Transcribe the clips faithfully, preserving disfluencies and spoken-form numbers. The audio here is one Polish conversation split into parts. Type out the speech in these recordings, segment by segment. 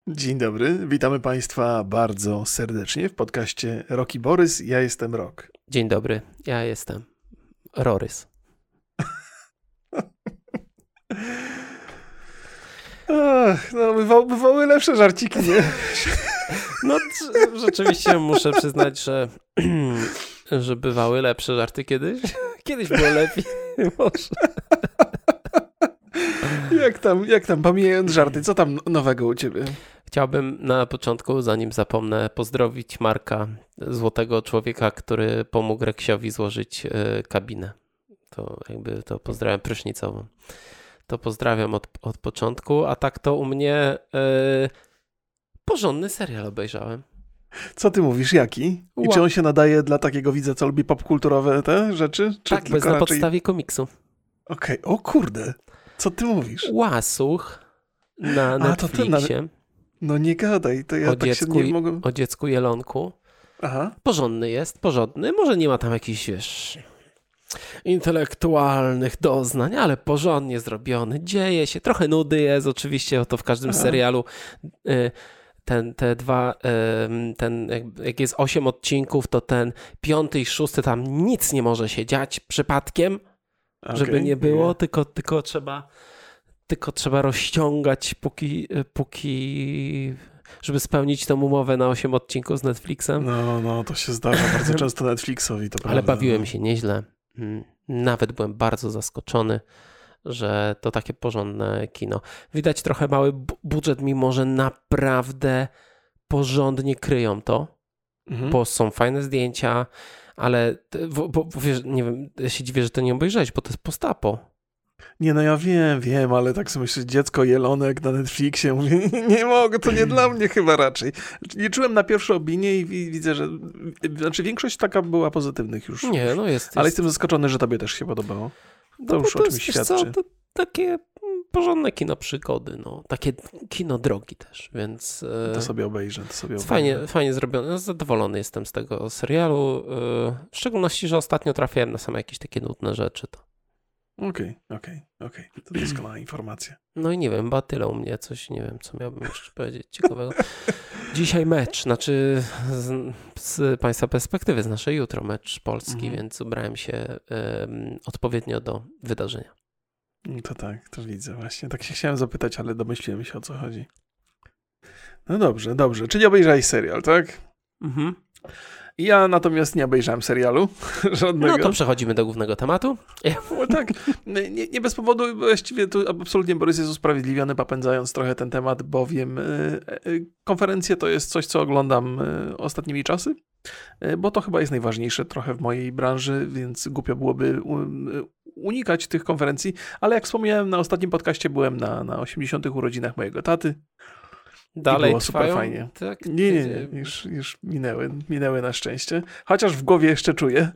Dzień dobry, witamy Państwa bardzo serdecznie w podcaście Rok i Borys. Ja jestem Rok. Dzień dobry, ja jestem Rorys. Ach, no bywa, bywały lepsze żarciki, nie? No rzeczywiście muszę przyznać, że, że bywały lepsze żarty kiedyś. Kiedyś było lepiej, może. Jak tam, jak tam, pomijając żarty, co tam nowego u Ciebie? Chciałbym na początku, zanim zapomnę, pozdrowić Marka, złotego człowieka, który pomógł Reksiowi złożyć y, kabinę. To jakby to pozdrawiam prysznicową. To pozdrawiam od, od początku, a tak to u mnie y, porządny serial obejrzałem. Co ty mówisz, jaki? I Ła. czy on się nadaje dla takiego widza, co lubi popkulturowe te rzeczy? Czy Tak, bez na raczej... podstawie komiksu. Okej, okay. O kurde, co ty mówisz? Łasuch na Netflixie. A, to ty na... No nie gadaj, to ja o tak dziecku, się nie mogę... O dziecku Jelonku. Aha. Porządny jest, porządny. Może nie ma tam jakichś, wiesz, intelektualnych doznań, ale porządnie zrobiony. Dzieje się, trochę nudy jest oczywiście, o to w każdym Aha. serialu. Ten, te dwa, ten, jak jest osiem odcinków, to ten piąty i szósty tam nic nie może się dziać przypadkiem, okay. żeby nie było, tylko, tylko trzeba... Tylko trzeba rozciągać, póki, póki, żeby spełnić tę umowę na osiem odcinków z Netflixem. No, no, to się zdarza bardzo często Netflixowi, to prawda. Ale bawiłem się nieźle. Nawet byłem bardzo zaskoczony, że to takie porządne kino. Widać trochę mały budżet, mimo że naprawdę porządnie kryją to, mhm. bo są fajne zdjęcia, ale bo, bo, wiesz, nie wiem, ja się dziwię, że to nie obejrzałeś, bo to jest post-apo. Nie, no ja wiem, wiem, ale tak sobie myślę, dziecko Jelonek na Netflixie, mówię, nie, nie mogę, to nie dla mnie chyba raczej. Liczyłem na pierwszą opinię i widzę, że znaczy większość taka była pozytywnych już. Nie, no jest. Ale jest. jestem zaskoczony, że tobie też się podobało. To no już to o czymś jest, świadczy. Co, to takie porządne kino przygody, no. Takie kino drogi też, więc... To sobie obejrzę, to sobie obejrzę. Fajnie, fajnie zrobione. Zadowolony jestem z tego serialu. W szczególności, że ostatnio trafiałem na same jakieś takie nudne rzeczy, to Okej, okay, okej, okay, okej. Okay. To doskonała informacja. No i nie wiem, chyba tyle u mnie. Coś, nie wiem, co miałbym jeszcze powiedzieć ciekawego. Dzisiaj mecz, znaczy z, z Państwa perspektywy, z naszej jutro mecz Polski, mm. więc ubrałem się um, odpowiednio do wydarzenia. To tak, to widzę właśnie. Tak się chciałem zapytać, ale domyśliłem się, o co chodzi. No dobrze, dobrze. Czyli obejrzałeś serial, tak? Mhm. Ja natomiast nie obejrzałem serialu żadnego. No to przechodzimy do głównego tematu. No tak, nie, nie bez powodu właściwie tu absolutnie Borys jest usprawiedliwiony, popędzając trochę ten temat, bowiem y, y, konferencje to jest coś, co oglądam y, ostatnimi czasy, y, bo to chyba jest najważniejsze trochę w mojej branży, więc głupio byłoby u, y, unikać tych konferencji, ale jak wspomniałem na ostatnim podcaście, byłem na, na osiemdziesiątych urodzinach mojego taty. Dalej było trwają? super fajnie. Tak, nie, nie, nie, już, już minęły, minęły na szczęście. Chociaż w głowie jeszcze czuję.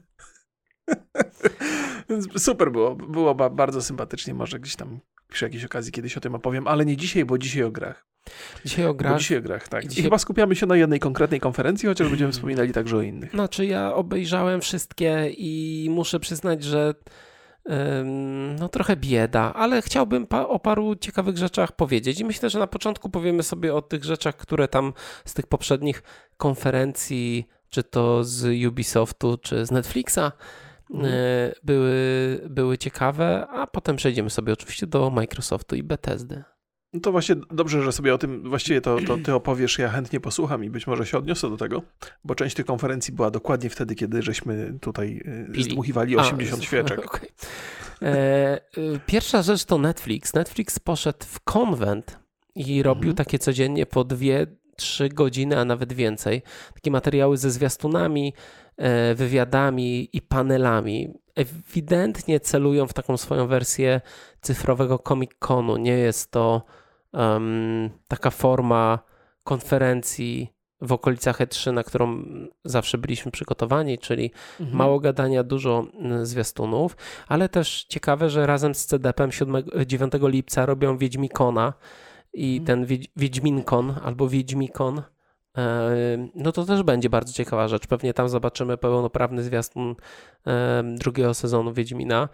Więc super było, było bardzo sympatycznie. Może gdzieś tam przy jakiejś okazji kiedyś o tym opowiem, ale nie dzisiaj, bo dzisiaj o grach. Dzisiaj o grach? Bo dzisiaj o grach, tak. Dzisiaj... I chyba skupiamy się na jednej konkretnej konferencji, chociaż będziemy wspominali także o innych. Znaczy ja obejrzałem wszystkie i muszę przyznać, że no trochę bieda, ale chciałbym pa- o paru ciekawych rzeczach powiedzieć i myślę, że na początku powiemy sobie o tych rzeczach, które tam z tych poprzednich konferencji, czy to z Ubisoftu, czy z Netflixa mhm. były, były ciekawe, a potem przejdziemy sobie oczywiście do Microsoftu i Bethesdy. No to właśnie dobrze, że sobie o tym właściwie to, to ty opowiesz, ja chętnie posłucham i być może się odniosę do tego, bo część tych konferencji była dokładnie wtedy, kiedy żeśmy tutaj Pili. zdmuchiwali osiemdziesiąt a, świeczek. Okay. E, pierwsza rzecz to Netflix. Netflix poszedł w konwent i robił mhm. takie codziennie po dwie, trzy godziny, a nawet więcej. Takie materiały ze zwiastunami, e, wywiadami i panelami. Ewidentnie celują w taką swoją wersję cyfrowego Comic-Conu. Nie jest to um, taka forma konferencji w okolicach E trzy, na którą zawsze byliśmy przygotowani, czyli mhm. mało gadania, dużo zwiastunów, ale też ciekawe, że razem z C D P-em dziewiątego lipca robią Wiedźmikona i mhm. ten Wiedź- Wiedźminkon albo Wiedźmikon, no to też będzie bardzo ciekawa rzecz. Pewnie tam zobaczymy pełnoprawny zwiastun drugiego sezonu Wiedźmina.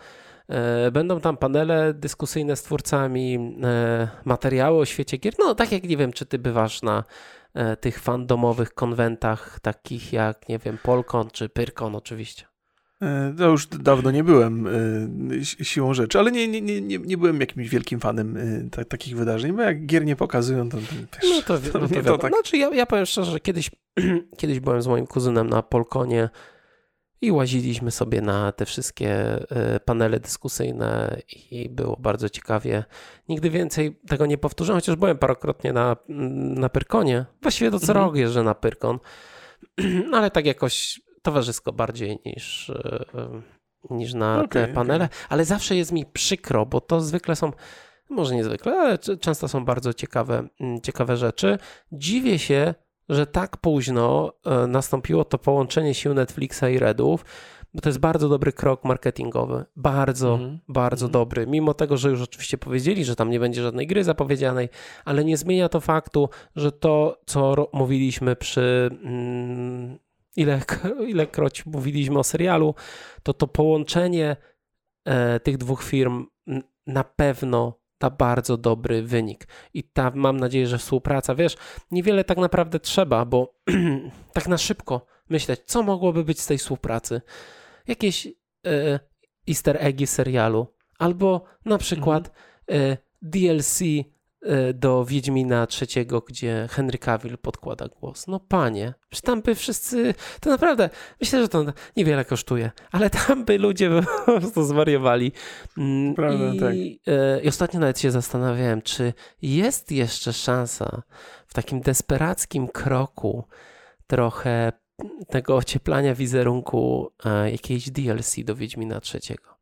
Będą tam panele dyskusyjne z twórcami, materiały o świecie gier. No tak jak nie wiem, czy ty bywasz na tych fandomowych konwentach takich jak, nie wiem, Polcon czy Pyrkon oczywiście. To już dawno nie byłem siłą rzeczy, ale nie, nie, nie, nie byłem jakimś wielkim fanem t- takich wydarzeń, bo jak gier nie pokazują, to, to wiesz, no to, no to, to, to tak. Znaczy ja, ja powiem szczerze, że kiedyś, kiedyś byłem z moim kuzynem na Polconie i łaziliśmy sobie na te wszystkie panele dyskusyjne i było bardzo ciekawie. Nigdy więcej tego nie powtórzę, chociaż byłem parokrotnie na, na Pyrkonie. Właściwie to co mhm. rok jeżdżę na Pyrkon, ale tak jakoś towarzysko bardziej niż, niż na okay, te panele. Okay. Ale zawsze jest mi przykro, bo to zwykle są, może niezwykle, ale często są bardzo ciekawe, ciekawe rzeczy. Dziwię się, że tak późno nastąpiło to połączenie sił Netflixa i Redów, bo to jest bardzo dobry krok marketingowy. Bardzo, mm-hmm. bardzo mm-hmm. dobry. Mimo tego, że już oczywiście powiedzieli, że tam nie będzie żadnej gry zapowiedzianej, ale nie zmienia to faktu, że to, co ro- mówiliśmy przy... Mm, ile, ilekroć mówiliśmy o serialu, to to połączenie e, tych dwóch firm na pewno da bardzo dobry wynik. I ta, mam nadzieję, że współpraca, wiesz, niewiele tak naprawdę trzeba, bo tak na szybko myśleć, co mogłoby być z tej współpracy. Jakieś e, easter eggi serialu, albo na przykład mhm. e, D L C e, do Wiedźmina trzeciego, gdzie Henry Cavill podkłada głos. No panie, przecież tam by wszyscy, to naprawdę, myślę, że to niewiele kosztuje, ale tam by ludzie po prostu zwariowali. Prawda, I, tak. e, I ostatnio nawet się zastanawiałem, czy jest jeszcze szansa w takim desperackim kroku trochę tego ocieplania wizerunku e, jakiejś D L C do Wiedźmina trzeciego.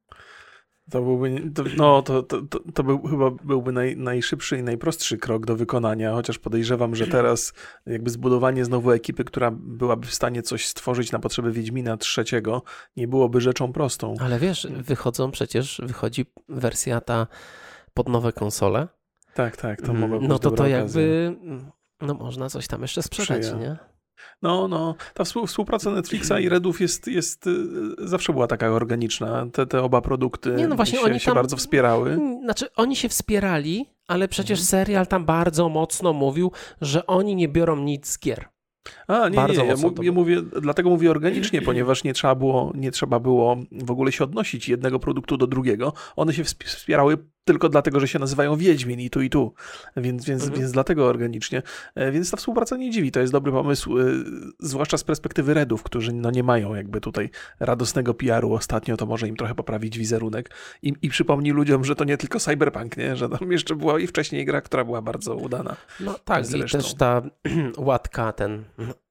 To byłby, to, no to, to, to, to był, chyba byłby naj, najszybszy i najprostszy krok do wykonania, chociaż podejrzewam, że teraz jakby zbudowanie znowu ekipy, która byłaby w stanie coś stworzyć na potrzeby Wiedźmina trzeciego, nie byłoby rzeczą prostą. Ale wiesz, wychodzą przecież, wychodzi wersja ta pod nowe konsole. Tak, tak, to mogło być No to to okazja. jakby, no można coś tam jeszcze sprzedać, Przyja. nie? No, no, ta współpraca Netflixa i Redów jest, jest, zawsze była taka organiczna. Te, te oba produkty nie, no właśnie, się, oni się tam, bardzo wspierały. Znaczy, oni się wspierali, ale przecież serial tam bardzo mocno mówił, że oni nie biorą nic z gier. A, nie, bardzo nie, ja, mu, ja mówię, dlatego mówię organicznie, ponieważ nie trzeba było, nie trzeba było w ogóle się odnosić jednego produktu do drugiego. One się wspierały tylko dlatego, że się nazywają Wiedźmin i tu i tu, więc, więc, mhm. więc dlatego organicznie. Więc ta współpraca nie dziwi, to jest dobry pomysł, zwłaszcza z perspektywy Redów, którzy no nie mają jakby tutaj radosnego P R u ostatnio, to może im trochę poprawić wizerunek i, i przypomni ludziom, że to nie tylko Cyberpunk, nie? Że tam jeszcze była i wcześniej gra, która była bardzo udana. No tak, zresztą. I też ta łatka, ten,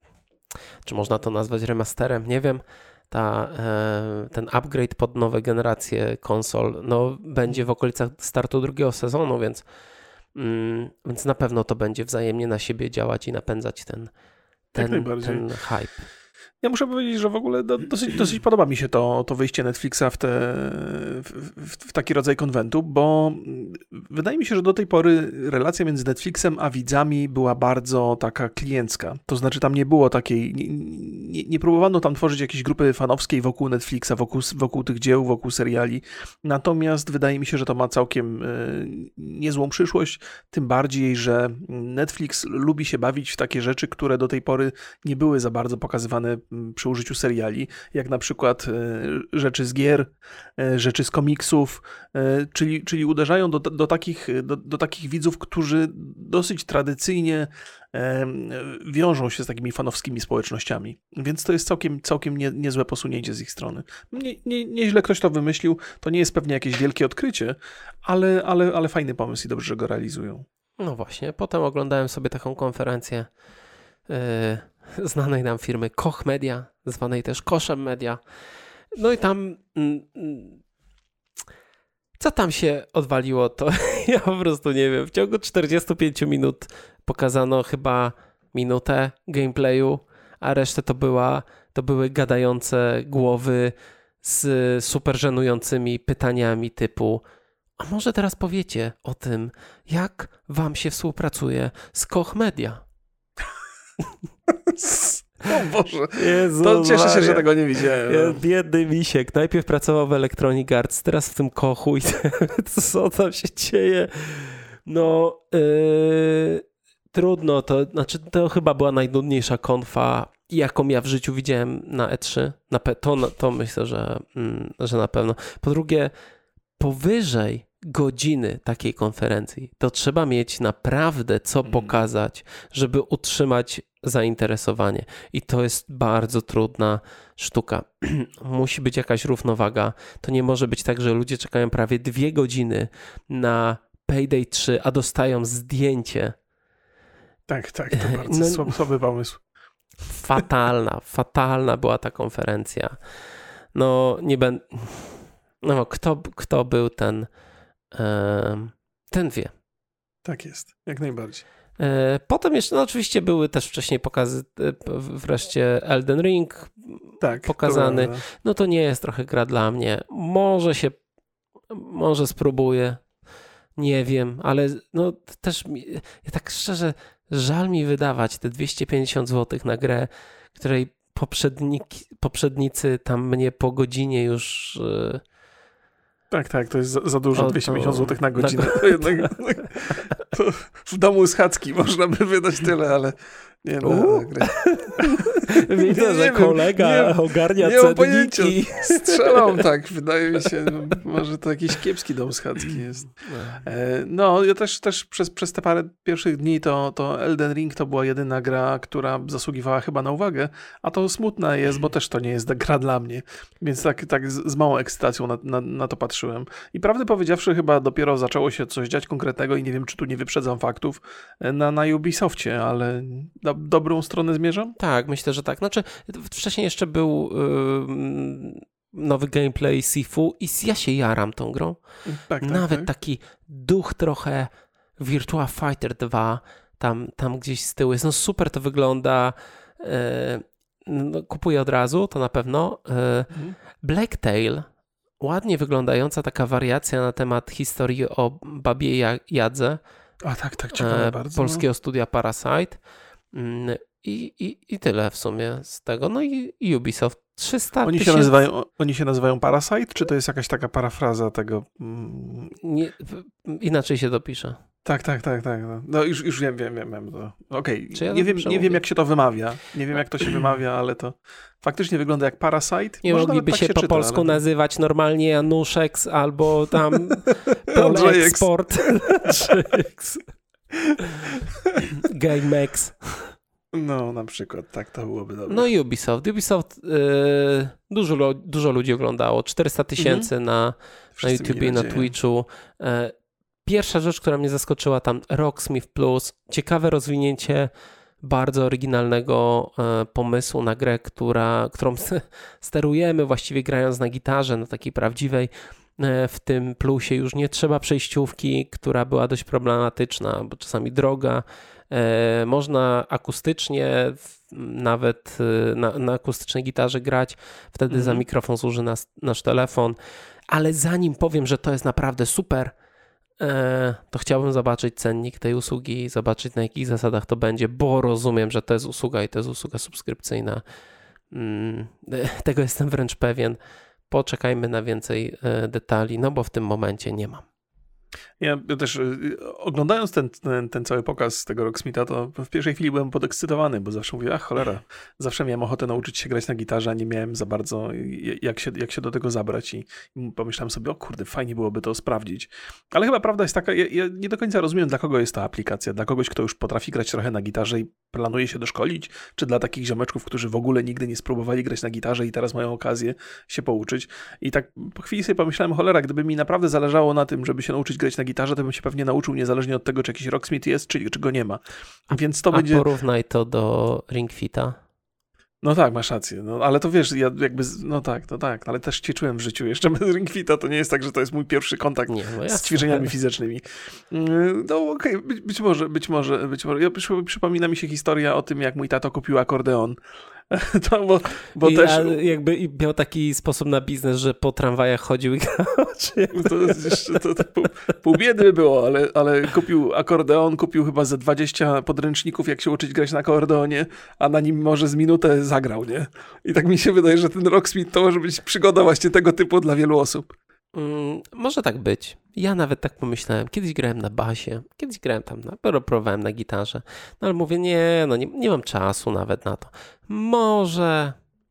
czy można to nazwać remasterem, nie wiem, Ta, ten upgrade pod nowe generacje konsol no, będzie w okolicach startu drugiego sezonu, więc, mm, więc na pewno to będzie wzajemnie na siebie działać i napędzać ten, ten, ten hype. Ja muszę powiedzieć, że w ogóle do, dosyć, dosyć podoba mi się to, to wyjście Netflixa w, te, w, w, w taki rodzaj konwentu, bo wydaje mi się, że do tej pory relacja między Netflixem a widzami była bardzo taka kliencka. To znaczy tam nie było takiej, nie, nie, nie próbowano tam tworzyć jakiejś grupy fanowskiej wokół Netflixa, wokół, wokół tych dzieł, wokół seriali. Natomiast wydaje mi się, że to ma całkiem y, niezłą przyszłość, tym bardziej, że Netflix lubi się bawić w takie rzeczy, które do tej pory nie były za bardzo pokazywane przy użyciu seriali, jak na przykład e, rzeczy z gier, e, rzeczy z komiksów, e, czyli, czyli uderzają do, do, takich, do, do takich widzów, którzy dosyć tradycyjnie e, wiążą się z takimi fanowskimi społecznościami. Więc to jest całkiem, całkiem nie, niezłe posunięcie z ich strony. Nie, nie, nieźle ktoś to wymyślił, to nie jest pewnie jakieś wielkie odkrycie, ale, ale, ale fajny pomysł i dobrze, że go realizują. No właśnie, potem oglądałem sobie taką konferencję yy... znanej nam firmy Koch Media, zwanej też Koszem Media. No i tam co tam się odwaliło, to ja po prostu nie wiem. W ciągu czterdziestu pięciu minut pokazano chyba minutę gameplayu, a resztę to była, to były gadające głowy z super żenującymi pytaniami typu: a może teraz powiecie o tym, jak wam się współpracuje z Koch Media? O Boże, Jezu, to cieszę się, Maria. że tego nie widziałem. Ja, biedny misiek. Najpierw pracował w Electronic Arts, teraz w tym Kochu i co tam się dzieje? No, yy, trudno. To, znaczy, to chyba była najnudniejsza konfa, jaką ja w życiu widziałem na E trzy. Na pe- to, to myślę, że, mm, że na pewno. Po drugie, powyżej godziny takiej konferencji to trzeba mieć naprawdę co pokazać, żeby utrzymać zainteresowanie. I to jest bardzo trudna sztuka. Musi być jakaś równowaga. To nie może być tak, że ludzie czekają prawie dwie godziny na Payday trzy, a dostają zdjęcie. Tak, tak, to bardzo no, słaby, słaby pomysł. Fatalna, fatalna była ta konferencja. No, nie będę... No, kto, kto był ten... Um, ten wie. Tak jest, jak najbardziej. Potem jeszcze, no oczywiście były też wcześniej pokazy, wreszcie Elden Ring tak, pokazany. To no to nie jest trochę gra dla mnie. Może się, może spróbuję, nie wiem, ale no też mi, ja tak szczerze, żal mi wydawać te dwieście pięćdziesiąt złotych na grę, której poprzedniki, poprzednicy tam mnie po godzinie już... Yy, Tak, tak, to jest za, za dużo, o, dwieście pięćdziesiąt złotych na godzinę. Na... To jednak, to w domu z Schadzki można by wydać tyle, ale nie no. Widzę, nie, że nie kolega nie, ogarnia nie cenniki. Strzelam tak, wydaje mi się, może to jakiś kiepski dom schadzki jest. No, ja też, też przez, przez te parę pierwszych dni to, to Elden Ring to była jedyna gra, która zasługiwała chyba na uwagę, a to smutne jest, bo też to nie jest gra dla mnie, więc tak, tak z, z małą ekscytacją na, na, na to patrzyłem. I prawdę powiedziawszy, chyba dopiero zaczęło się coś dziać konkretnego i nie wiem, czy tu nie wyprzedzam faktów na, na Ubisoftie, ale do, dobrą stronę zmierzam? Tak, myślę, że tak. Znaczy, wcześniej jeszcze był yy, nowy gameplay Sifu i ja się jaram tą grą. Tak, tak, Nawet tak. taki duch trochę Virtua Fighter dwa tam, tam gdzieś z tyłu jest. No super to wygląda. Yy, no, kupuję od razu, to na pewno. Yy, mhm. Blacktail, ładnie wyglądająca taka wariacja na temat historii o babie Jadze. A tak, tak, ciekawe yy, bardzo. Polskiego no. studia Parasite. Yy, I, i, I tyle w sumie z tego. No i, i Ubisoft trzysta Oni się, nazywają, oni się nazywają Parasite, czy to jest jakaś taka parafraza tego? Nie, inaczej się to pisze. Tak, tak, tak, tak. No, no już, już wiem, wiem, wiem. wiem to. Okej, okay. ja nie, wiem, nie wiem jak się to wymawia. Nie wiem jak to się wymawia, ale to faktycznie wygląda jak Parasite. Nie Może mogliby tak się, się po czyta, polsku ale... nazywać normalnie Januszek albo tam Polexport. GameX. No, na przykład, tak, to byłoby dobre. No i Ubisoft. Ubisoft yy, dużo, dużo ludzi oglądało, czterysta tysięcy mm-hmm. na, na YouTubie, na Twitchu. Yy, pierwsza rzecz, która mnie zaskoczyła tam, Rocksmith Plus. Ciekawe rozwinięcie bardzo oryginalnego yy, pomysłu na grę, która, którą sterujemy właściwie grając na gitarze, na takiej prawdziwej. Yy, w tym plusie już nie trzeba przejściówki, która była dość problematyczna, bo czasami droga. E, można akustycznie, nawet na, na akustycznej gitarze grać, wtedy mm. za mikrofon służy nas, nasz telefon, ale zanim powiem, że to jest naprawdę super, e, to chciałbym zobaczyć cennik tej usługi i zobaczyć, na jakich zasadach to będzie, bo rozumiem, że to jest usługa i to jest usługa subskrypcyjna. Mm, tego jestem wręcz pewien. Poczekajmy na więcej e, detali, no bo w tym momencie nie mam. Ja, ja też oglądając ten, ten, ten cały pokaz tego Rocksmitha, to w pierwszej chwili byłem podekscytowany, bo zawsze mówię, ach cholera, zawsze miałem ochotę nauczyć się grać na gitarze, a nie miałem za bardzo jak się, jak się do tego zabrać i, i pomyślałem sobie, o kurde, fajnie byłoby to sprawdzić. Ale chyba prawda jest taka, ja, ja nie do końca rozumiem, dla kogo jest ta aplikacja, dla kogoś, kto już potrafi grać trochę na gitarze i planuje się doszkolić, czy dla takich ziomeczków, którzy w ogóle nigdy nie spróbowali grać na gitarze i teraz mają okazję się pouczyć. I tak po chwili sobie pomyślałem, cholera, gdyby mi naprawdę zależało na tym, żeby się nauczyć grać na gitarze, to bym się pewnie nauczył niezależnie od tego, czy jakiś Rocksmith jest, czy, czy go nie ma. Więc to A będzie... porównaj to do Ring Fita. No tak, masz rację, no, ale to wiesz, ja jakby, no tak, no tak, ale też ćwiczyłem w życiu jeszcze bez Ring Fita, to nie jest tak, że to jest mój pierwszy kontakt nie, no z ćwiczeniami fizycznymi. No okej, okay, być, być może, być może, być może, ja, przypomina mi się historia o tym, jak mój tato kupił akordeon To, bo, bo I też... jakby miał taki sposób na biznes, że po tramwajach chodził i grał. To, jeszcze, to, to pół, pół biedy by było, ale, ale kupił akordeon, kupił chyba ze dwadzieścia podręczników, jak się uczyć grać na akordeonie, a na nim może z minutę zagrał, nie? I tak mi się wydaje, że ten Rocksmith to może być przygoda właśnie tego typu dla wielu osób. Mm, może tak być. Ja nawet tak pomyślałem. Kiedyś grałem na basie, kiedyś grałem tam, na, próbowałem na gitarze. No ale mówię, nie, no nie, nie mam czasu nawet na to. Może,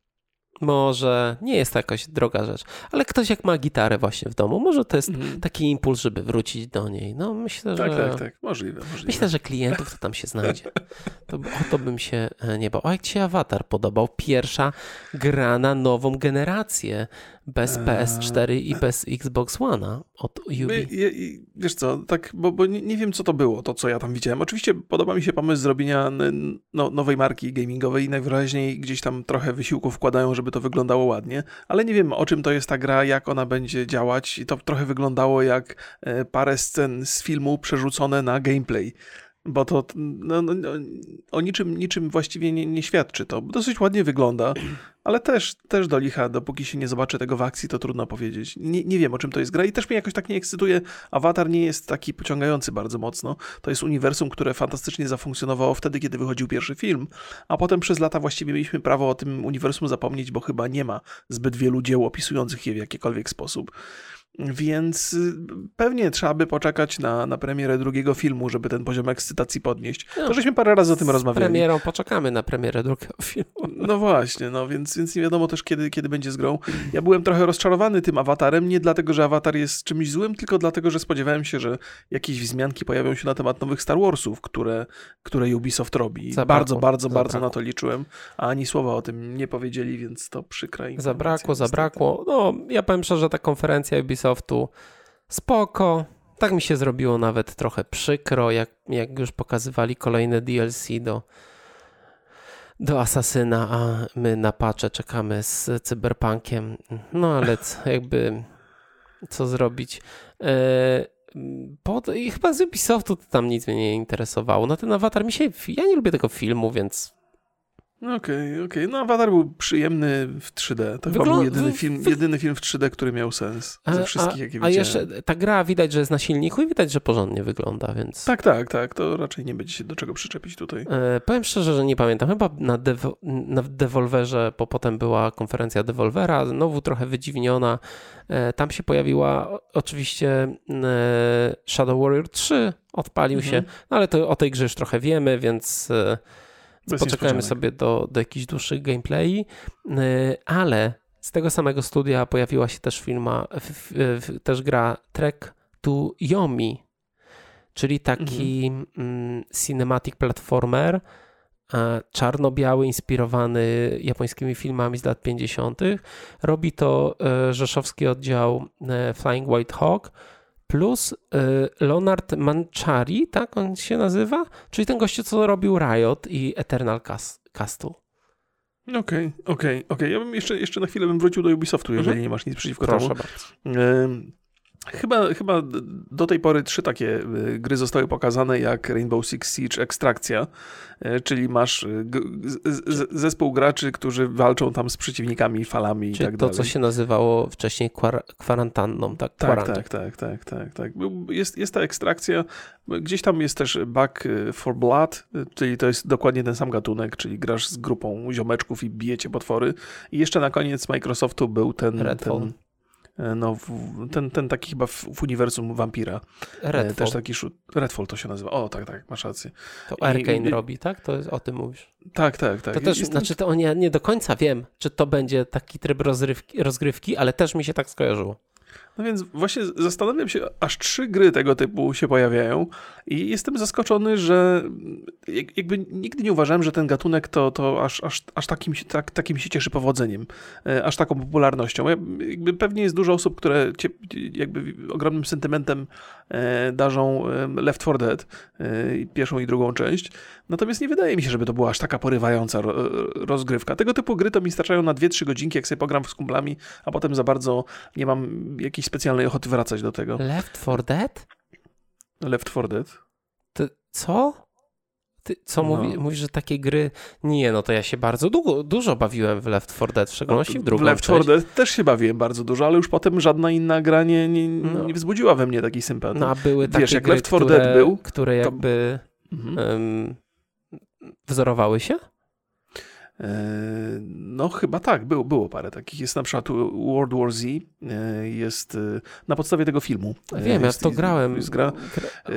może, nie jest to jakaś droga rzecz, ale ktoś jak ma gitarę właśnie w domu, może to jest mm. taki impuls, żeby wrócić do niej. No myślę, tak, że... Tak, tak, tak, możliwe, możliwe. Myślę, że klientów to tam się znajdzie. To, o to bym się nie bał. A jak ci się Avatar podobał? Pierwsza gra na nową generację. Bez P S cztery i bez Xbox One'a od Ubi. Wiesz co, tak, bo, bo nie, nie wiem, co to było, to co ja tam widziałem. Oczywiście podoba mi się pomysł zrobienia no, nowej marki gamingowej i najwyraźniej gdzieś tam trochę wysiłku wkładają, żeby to wyglądało ładnie, ale nie wiem, o czym to jest ta gra, jak ona będzie działać i to trochę wyglądało jak parę scen z filmu przerzucone na gameplay. Bo to no, no, no, o niczym, niczym właściwie nie, nie świadczy. To dosyć ładnie wygląda, ale też, też do licha, dopóki się nie zobaczy tego w akcji, to trudno powiedzieć. Nie, nie wiem, o czym to jest gra i też mnie jakoś tak nie ekscytuje. Avatar nie jest taki pociągający bardzo mocno. To jest uniwersum, które fantastycznie zafunkcjonowało wtedy, kiedy wychodził pierwszy film, a potem przez lata właściwie mieliśmy prawo o tym uniwersum zapomnieć, bo chyba nie ma zbyt wielu dzieł opisujących je w jakikolwiek sposób. Więc pewnie trzeba by poczekać na, na premierę drugiego filmu, żeby ten poziom ekscytacji podnieść. No, to żeśmy parę razy o tym rozmawiali. Z premierą poczekamy na premierę drugiego filmu. No właśnie, no więc, więc nie wiadomo też kiedy, kiedy będzie z grą. Ja byłem trochę rozczarowany tym Awatarem, nie dlatego, że Awatar jest czymś złym, tylko dlatego, że spodziewałem się, że jakieś wzmianki pojawią się na temat nowych Star Warsów, które, które Ubisoft robi. Zabrakło, bardzo, bardzo, zabrakło. bardzo na to liczyłem, a ani słowa o tym nie powiedzieli, więc to przykra informacja. Zabrakło, zabrakło. No, ja powiem szczerze, że ta konferencja Ubisoft Softu spoko. Tak mi się zrobiło nawet trochę przykro, jak, jak już pokazywali kolejne D L C do, do Asasyna, a my na patche czekamy z Cyberpunkiem. No ale jakby co zrobić? E, pod, I chyba z Ubisoftu to tam nic mnie nie interesowało. No ten Avatar mi się... Ja nie lubię tego filmu, więc... Okej, okay, okej. Okay. No Avatar był przyjemny w trzy D. To Wyglą- chyba był jedyny film, jedyny film w trzy D, który miał sens ze wszystkich, a, jakie widziałem. A jeszcze ta gra widać, że jest na silniku i widać, że porządnie wygląda, więc... Tak, tak, tak. To raczej nie będzie się do czego przyczepić tutaj. E, powiem szczerze, że nie pamiętam. Chyba na, Devo- na Devolverze, bo potem była konferencja Devolvera, znowu trochę wydziwniona. E, tam się pojawiła o, oczywiście e, Shadow Warrior trzy, odpalił mhm. się, no ale to o tej grze już trochę wiemy, więc... E, Poczekajmy sobie do, do jakichś dłuższych gameplay, ale z tego samego studia pojawiła się też filma, w, w, też gra Trek to Yomi, czyli taki mhm. cinematic platformer, czarno-biały, inspirowany japońskimi filmami z lat pięćdziesiątych. Robi to rzeszowski oddział Flying White Hawk, plus y, Leonard Manchari, tak on się nazywa? Czyli ten gościu, co robił Riot i Eternal Castle. Okej, okay, okej, okay, okej. Okay. Ja bym jeszcze, jeszcze na chwilę bym wrócił do Ubisoftu, jeżeli mhm. nie masz nic przeciwko Proszę temu. bardzo. Y- Chyba, chyba do tej pory trzy takie gry zostały pokazane, jak Rainbow Six Siege Ekstrakcja, czyli masz g- z- zespół graczy, którzy walczą tam z przeciwnikami, falami czyli i tak to, dalej. To, co się nazywało wcześniej kwar- kwarantanną, tak? Tak, tak, tak, tak, tak, tak. Jest, jest ta ekstrakcja, gdzieś tam jest też Back for Blood, czyli to jest dokładnie ten sam gatunek, czyli grasz z grupą ziomeczków i bijecie potwory. I jeszcze na koniec Microsoftu był ten... Redfall. ten No, ten, ten taki chyba w, w uniwersum Vampira. Redfall. Też taki shoot. Redfall to się nazywa. O, tak, tak, masz rację. To Arkane robi, tak? To jest, o tym mówisz. Tak, tak, tak. To też, Jestem... znaczy to nie, nie do końca wiem, czy to będzie taki tryb rozrywki, rozgrywki, ale też mi się tak skojarzyło. No więc właśnie zastanawiam się, aż trzy gry tego typu się pojawiają i jestem zaskoczony, że jakby nigdy nie uważałem, że ten gatunek to, to aż, aż, aż takim, tak, takim się cieszy powodzeniem, aż taką popularnością. Jakby pewnie jest dużo osób, które cie, jakby ogromnym sentymentem darzą Left four Dead, pierwszą i drugą część, natomiast nie wydaje mi się, żeby to była aż taka porywająca rozgrywka. Tego typu gry to mi starczają na dwie trzy godzinki, jak sobie pogram z kumplami, a potem za bardzo nie mam jakiejś specjalnej ochoty wracać do tego. Left four Dead? Left four Dead. To co? ty, co No. mówi, mówisz, że takie gry, nie, no to ja się bardzo długo, dużo bawiłem w Left four Dead, w szczególności w drugą W Left część. four Dead też się bawiłem bardzo dużo, ale już potem żadna inna gra nie, nie, No. nie wzbudziła we mnie takiej sympatii. No a były takie Wiesz, jak gry, Left four które, Dead był, które jakby Mhm. um, wzorowały się? No chyba tak, było, było parę takich. Jest na przykład World War Z, jest na podstawie tego filmu. Wiem, jest, ja w to jest, grałem. Jest gra, Gra...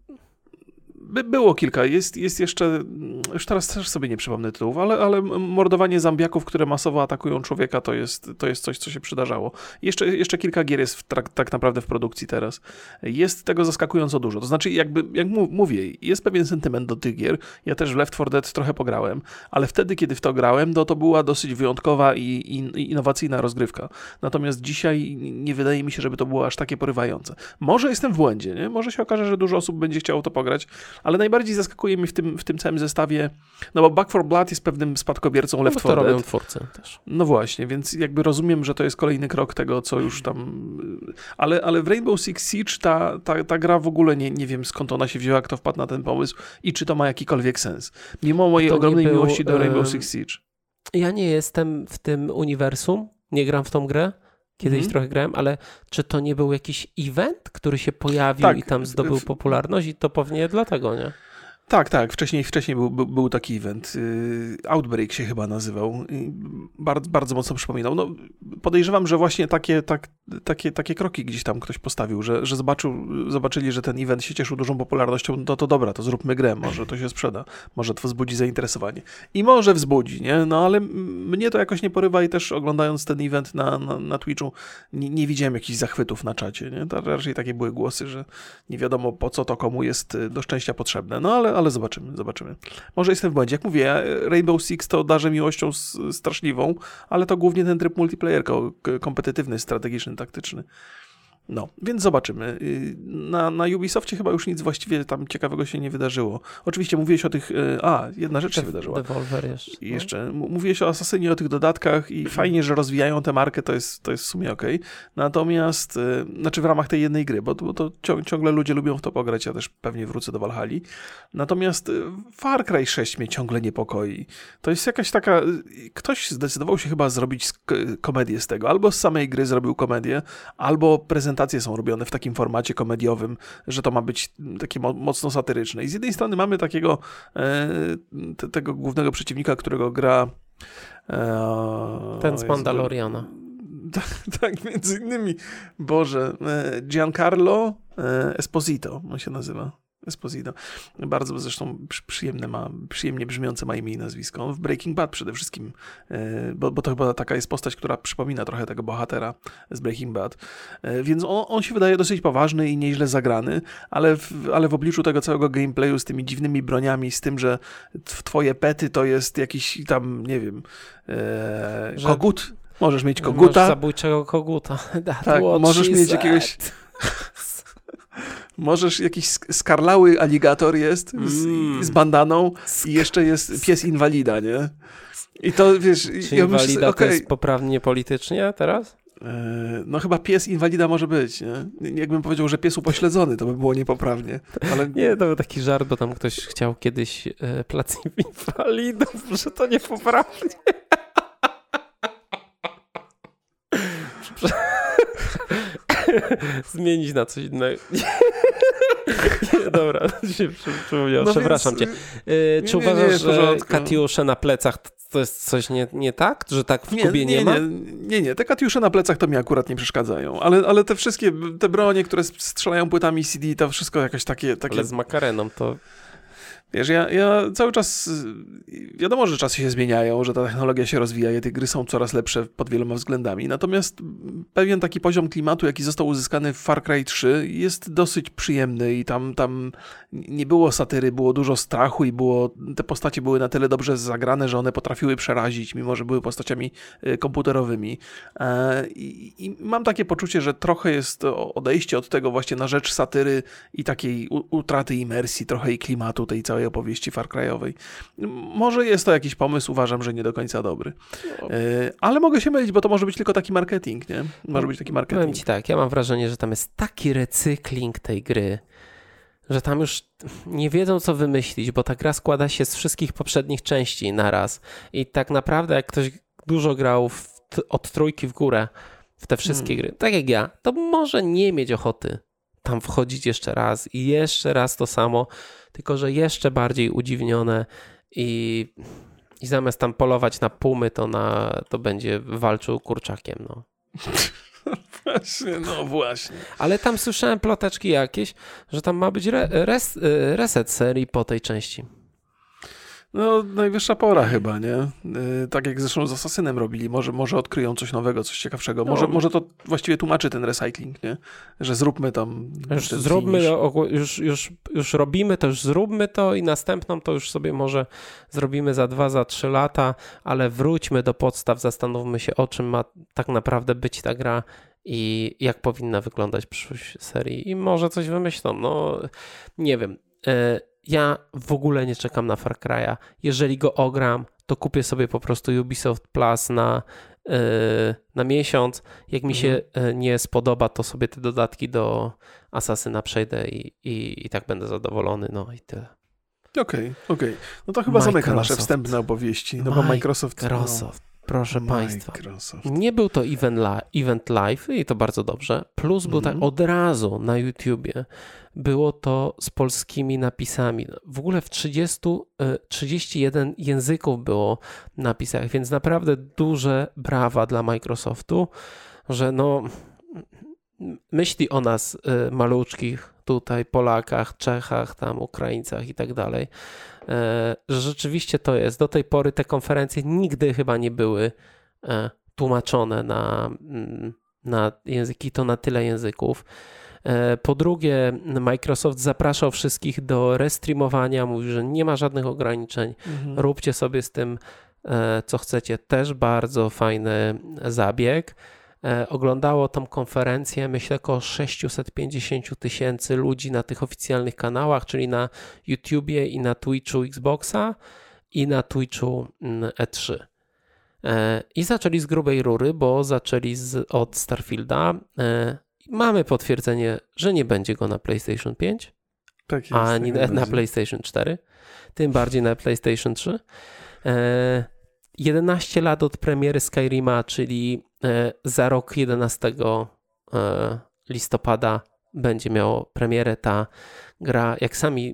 By, było kilka. Jest, jest jeszcze, już teraz też sobie nie przypomnę tytułów, ale, ale mordowanie zombiaków, które masowo atakują człowieka, to jest, to jest coś, co się przydarzało. Jeszcze, jeszcze kilka gier jest w, tak, tak naprawdę w produkcji teraz. Jest tego zaskakująco dużo. To znaczy, jakby, jak mówię, jest pewien sentyment do tych gier. Ja też w Left four Dead trochę pograłem, ale wtedy, kiedy w to grałem, to, to była dosyć wyjątkowa i, i, i innowacyjna rozgrywka. Natomiast dzisiaj nie wydaje mi się, żeby to było aż takie porywające. Może jestem w błędzie, nie? Może się okaże, że dużo osób będzie chciało to pograć, ale najbardziej zaskakuje mnie w tym, w tym całym zestawie, no bo Back four Blood jest pewnym spadkobiercą Left no, four to Dead. robią twórcy też. No właśnie, więc jakby rozumiem, że to jest kolejny krok tego, co już tam... Ale, ale w Rainbow Six Siege ta, ta, ta gra w ogóle nie, nie wiem, skąd ona się wzięła, kto wpadł na ten pomysł i czy to ma jakikolwiek sens. Mimo mojej To ogromnej był, miłości do Rainbow um, Six Siege. Ja nie jestem w tym uniwersum, nie gram w tą grę. Kiedyś Mhm. trochę grałem, ale czy to nie był jakiś event, który się pojawił Tak. i tam zdobył W- popularność i to pewnie dlatego, nie? Tak, tak, wcześniej, wcześniej był, był, był taki event. Outbreak się chyba nazywał. Bardzo, bardzo mocno przypominał. No, podejrzewam, że właśnie takie, tak, takie, takie kroki gdzieś tam ktoś postawił, że, że zobaczył, zobaczyli, że ten event się cieszył dużą popularnością, no to dobra, to zróbmy grę, może to się sprzeda, może to wzbudzi zainteresowanie. I może wzbudzi, nie? No ale mnie to jakoś nie porywa i też oglądając ten event na, na, na Twitchu nie, nie widziałem jakichś zachwytów na czacie, nie? To raczej takie były głosy, że nie wiadomo po co to komu jest do szczęścia potrzebne. No ale ale zobaczymy, zobaczymy. Może jestem w błędzie. Jak mówię, ja Rainbow Six to darzę miłością s- straszliwą, ale to głównie ten tryb multiplayer, ko- kompetytywny, strategiczny, taktyczny. No, więc zobaczymy. Na, na Ubisoftie chyba już nic właściwie tam ciekawego się nie wydarzyło. Oczywiście mówiłeś o tych... A, jedna rzecz się wydarzyła. Devolver jeszcze. I jeszcze m- mówiłeś o Assassinie, o tych dodatkach i fajnie, że rozwijają tę markę, to jest, to jest w sumie okej. Natomiast, y, znaczy w ramach tej jednej gry, bo, bo to cią- ciągle ludzie lubią w to pograć, ja też pewnie wrócę do Valhalli. Natomiast y, Far Cry sześć mnie ciągle niepokoi. To jest jakaś taka... y, Ktoś zdecydował się chyba zrobić sk- komedię z tego. Albo z samej gry zrobił komedię, albo prezentacje są robione w takim formacie komediowym, że to ma być takie mo- mocno satyryczne. I z jednej strony mamy takiego e, te, tego głównego przeciwnika, którego gra e, Ten z Mandaloriana. Tak, tak, między innymi, Boże, e, Giancarlo e, Esposito, on się nazywa. Esposito. Bardzo zresztą przy- przyjemne ma, przyjemnie brzmiące ma imię i nazwisko. W Breaking Bad przede wszystkim, e, bo, bo to chyba taka jest postać, która przypomina trochę tego bohatera z Breaking Bad. E, Więc on, on się wydaje dosyć poważny i nieźle zagrany, ale w, ale w obliczu tego całego gameplayu z tymi dziwnymi broniami, z tym, że t- twoje pety to jest jakiś tam, nie wiem, e, Że- kogut. Możesz mieć Masz koguta. zabójczego koguta. That Tak, what możesz she mieć said. jakiegoś... Możesz jakiś sk- skarlały aligator jest z, Mm. z bandaną i jeszcze jest pies inwalida, nie? I to wiesz... Czy ja myślę, inwalida to okej, jest poprawnie politycznie teraz? e, no chyba pies inwalida może być, nie? Jakbym powiedział, że pies upośledzony, to by było niepoprawnie. Ale Nie, to był taki żart, bo tam ktoś chciał kiedyś e, plac inwalidów, że to niepoprawnie. Zmienić na coś innego. Nie, dobra, się przy- przypomniało. No Przepraszam więc, cię. E, nie, czy nie, uważasz, nie, w że porządku. katiusze na plecach to jest coś nie, nie tak? Że tak w Nie, Kubie nie, nie, ma? nie, nie, nie, te katiusze na plecach to mi akurat nie przeszkadzają, ale, ale te wszystkie, te bronie, które strzelają płytami C D, to wszystko jakoś takie... takie Ale z makareną to... Wiesz, ja, ja cały czas, wiadomo, że czasy się zmieniają, że ta technologia się rozwija i te gry są coraz lepsze pod wieloma względami, natomiast pewien taki poziom klimatu, jaki został uzyskany w Far Cry trzy jest dosyć przyjemny i tam, tam nie było satyry, było dużo strachu i było, te postacie były na tyle dobrze zagrane, że one potrafiły przerazić, mimo że były postaciami e, komputerowymi. E, I, i mam takie poczucie, że trochę jest odejście od tego właśnie na rzecz satyry i takiej u, utraty imersji, trochę i klimatu tej całej opowieści Far Cry'owej. Może jest to jakiś pomysł, uważam, że nie do końca dobry. No. E, ale mogę się mylić, bo to może być tylko taki marketing, nie? Może być taki Powiem marketing. ci tak, ja mam wrażenie, że tam jest taki recykling tej gry, że tam już nie wiedzą, co wymyślić, bo ta gra składa się z wszystkich poprzednich części naraz. I tak naprawdę, jak ktoś dużo grał w, od trójki w górę w te wszystkie hmm. gry, tak jak ja, to może nie mieć ochoty tam wchodzić jeszcze raz i jeszcze raz to samo, tylko że jeszcze bardziej udziwnione i, i zamiast tam polować na pumy, to, na, to będzie walczył kurczakiem. No. Właśnie, no właśnie. Ale tam słyszałem ploteczki jakieś, że tam ma być re, res, reset serii po tej części. No, najwyższa pora chyba, nie? Yy, tak jak zresztą z Assassinem robili. Może, może odkryją coś nowego, coś ciekawszego. Może, no. może to właściwie tłumaczy ten recycling, nie? Że zróbmy tam... Już zróbmy, już, już, już robimy to, już zróbmy to i następną to już sobie może zrobimy za dwa, za trzy lata, ale wróćmy do podstaw, zastanówmy się, o czym ma tak naprawdę być ta gra i jak powinna wyglądać przyszłość serii. I może coś wymyślą. No, nie wiem. Yy, Ja w ogóle nie czekam na Far Cry'a. Jeżeli go ogram, to kupię sobie po prostu Ubisoft Plus na, yy, na miesiąc. Jak mi się yy, nie spodoba, to sobie te dodatki do Assassina przejdę i, i, i tak będę zadowolony. No i tyle. Okej, okay, okej. Okay. No to chyba zamyka nasze wstępne opowieści. No bo Microsoft... Microsoft. No. Proszę Microsoft. Państwa, nie był to event, li- event live i to bardzo dobrze, plus był mm-hmm. tak od razu na YouTubie, było to z polskimi napisami. W ogóle w trzydziestu, trzydziestu jeden języków było w napisach, więc naprawdę duże brawa dla Microsoftu, że no myśli o nas maluczkich tutaj, Polakach, Czechach, tam Ukraińcach i tak dalej, że rzeczywiście to jest. Do tej pory te konferencje nigdy chyba nie były tłumaczone na, na języki, to na tyle języków. Po drugie, Microsoft zapraszał wszystkich do restreamowania, mówi, że nie ma żadnych ograniczeń, mhm. róbcie sobie z tym, co chcecie. Też bardzo fajny zabieg. Oglądało tą konferencję, myślę, około sześćset pięćdziesiąt tysięcy ludzi na tych oficjalnych kanałach, czyli na YouTubie i na Twitchu Xboxa i na Twitchu E trzy. I zaczęli z grubej rury, bo zaczęli z, od Starfielda. Mamy potwierdzenie, że nie będzie go na PlayStation pięć, tak jest, ani na, na PlayStation cztery, tym bardziej na PlayStation trzy. jedenaście lat od premiery Skyrima, czyli za rok jedenastego listopada będzie miało premierę ta gra, jak sami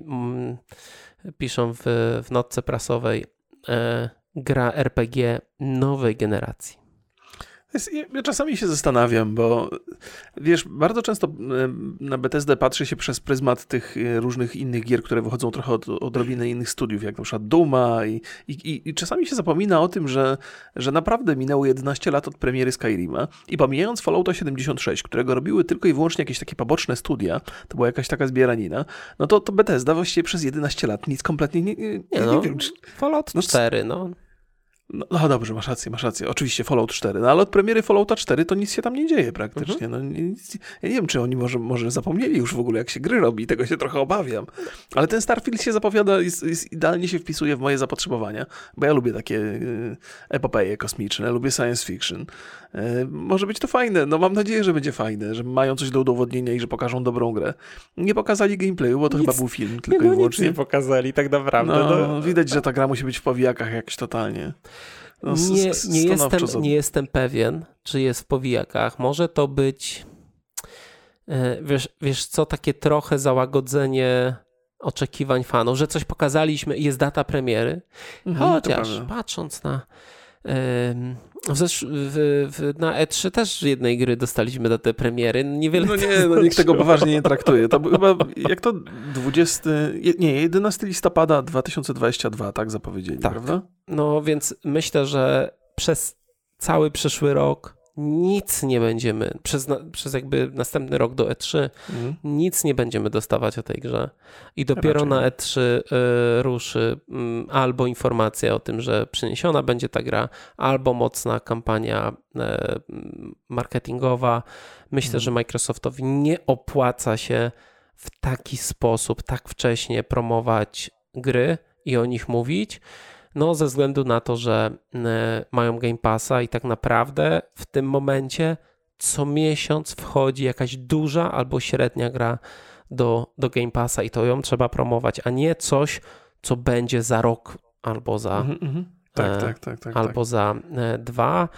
piszą w, w notce prasowej, gra R P G nowej generacji. Ja czasami się zastanawiam, bo wiesz, bardzo często na Bethesdę patrzy się przez pryzmat tych różnych innych gier, które wychodzą trochę od odrobiny innych studiów, jak na przykład Duma i, i, i czasami się zapomina o tym, że, że naprawdę minęło jedenaście lat od premiery Skyrima i pomijając Fallouta siedemdziesiąt sześć, którego robiły tylko i wyłącznie jakieś takie poboczne studia, to była jakaś taka zbieranina, no to, to Bethesda właściwie przez jedenaście lat nic kompletnie nie, nie, nie, no, nie wiem. Czy, Fallout no, cztery, no. No, no dobrze, masz rację, masz rację. Oczywiście Fallout cztery, no ale od premiery Fallouta cztery to nic się tam nie dzieje praktycznie. Mhm. No, nic, ja nie wiem, czy oni może, może zapomnieli już w ogóle, jak się gry robi, tego się trochę obawiam. Ale ten Starfield się zapowiada, jest, jest, idealnie się wpisuje w moje zapotrzebowania, bo ja lubię takie y, epopeje kosmiczne, lubię science fiction. Y, może być to fajne, no mam nadzieję, że będzie fajne, że mają coś do udowodnienia i że pokażą dobrą grę. Nie pokazali gameplayu, bo to nic, chyba był film tylko nie, no i wyłącznie. Nic nie pokazali tak naprawdę. No, no. Widać, że ta gra musi być w powijakach jakoś totalnie. No, nie, nie, jestem, nie jestem pewien, czy jest w powijakach. Może to być, wiesz, wiesz co, takie trochę załagodzenie oczekiwań fanów, że coś pokazaliśmy i jest data premiery. Mhm, chociaż patrząc na w zesz- w, w, na E trzy też jednej gry dostaliśmy datę premiery. Niewiele no nie, no nikt tego poważnie nie traktuje. To chyba, jak to dwudziestego, nie, jedenastego listopada dwa tysiące dwudziestego drugiego, tak zapowiedzieli, tak. Prawda? No więc myślę, że przez cały przyszły rok nic nie będziemy, przez, na, przez jakby następny rok do E trzy, mm. nic nie będziemy dostawać o tej grze. I dopiero Raczej. na E trzy y, ruszy y, albo informacja o tym, że przyniesiona będzie ta gra, albo mocna kampania y, marketingowa. Myślę, mm. że Microsoftowi nie opłaca się w taki sposób, tak wcześnie promować gry i o nich mówić. No ze względu na to, że y, mają Game Passa i tak naprawdę w tym momencie co miesiąc wchodzi jakaś duża albo średnia gra do, do Game Passa i to ją trzeba promować, a nie coś, co będzie za rok albo za mm-hmm, mm-hmm. Tak, e, tak, tak, tak, albo tak. za e, dwa.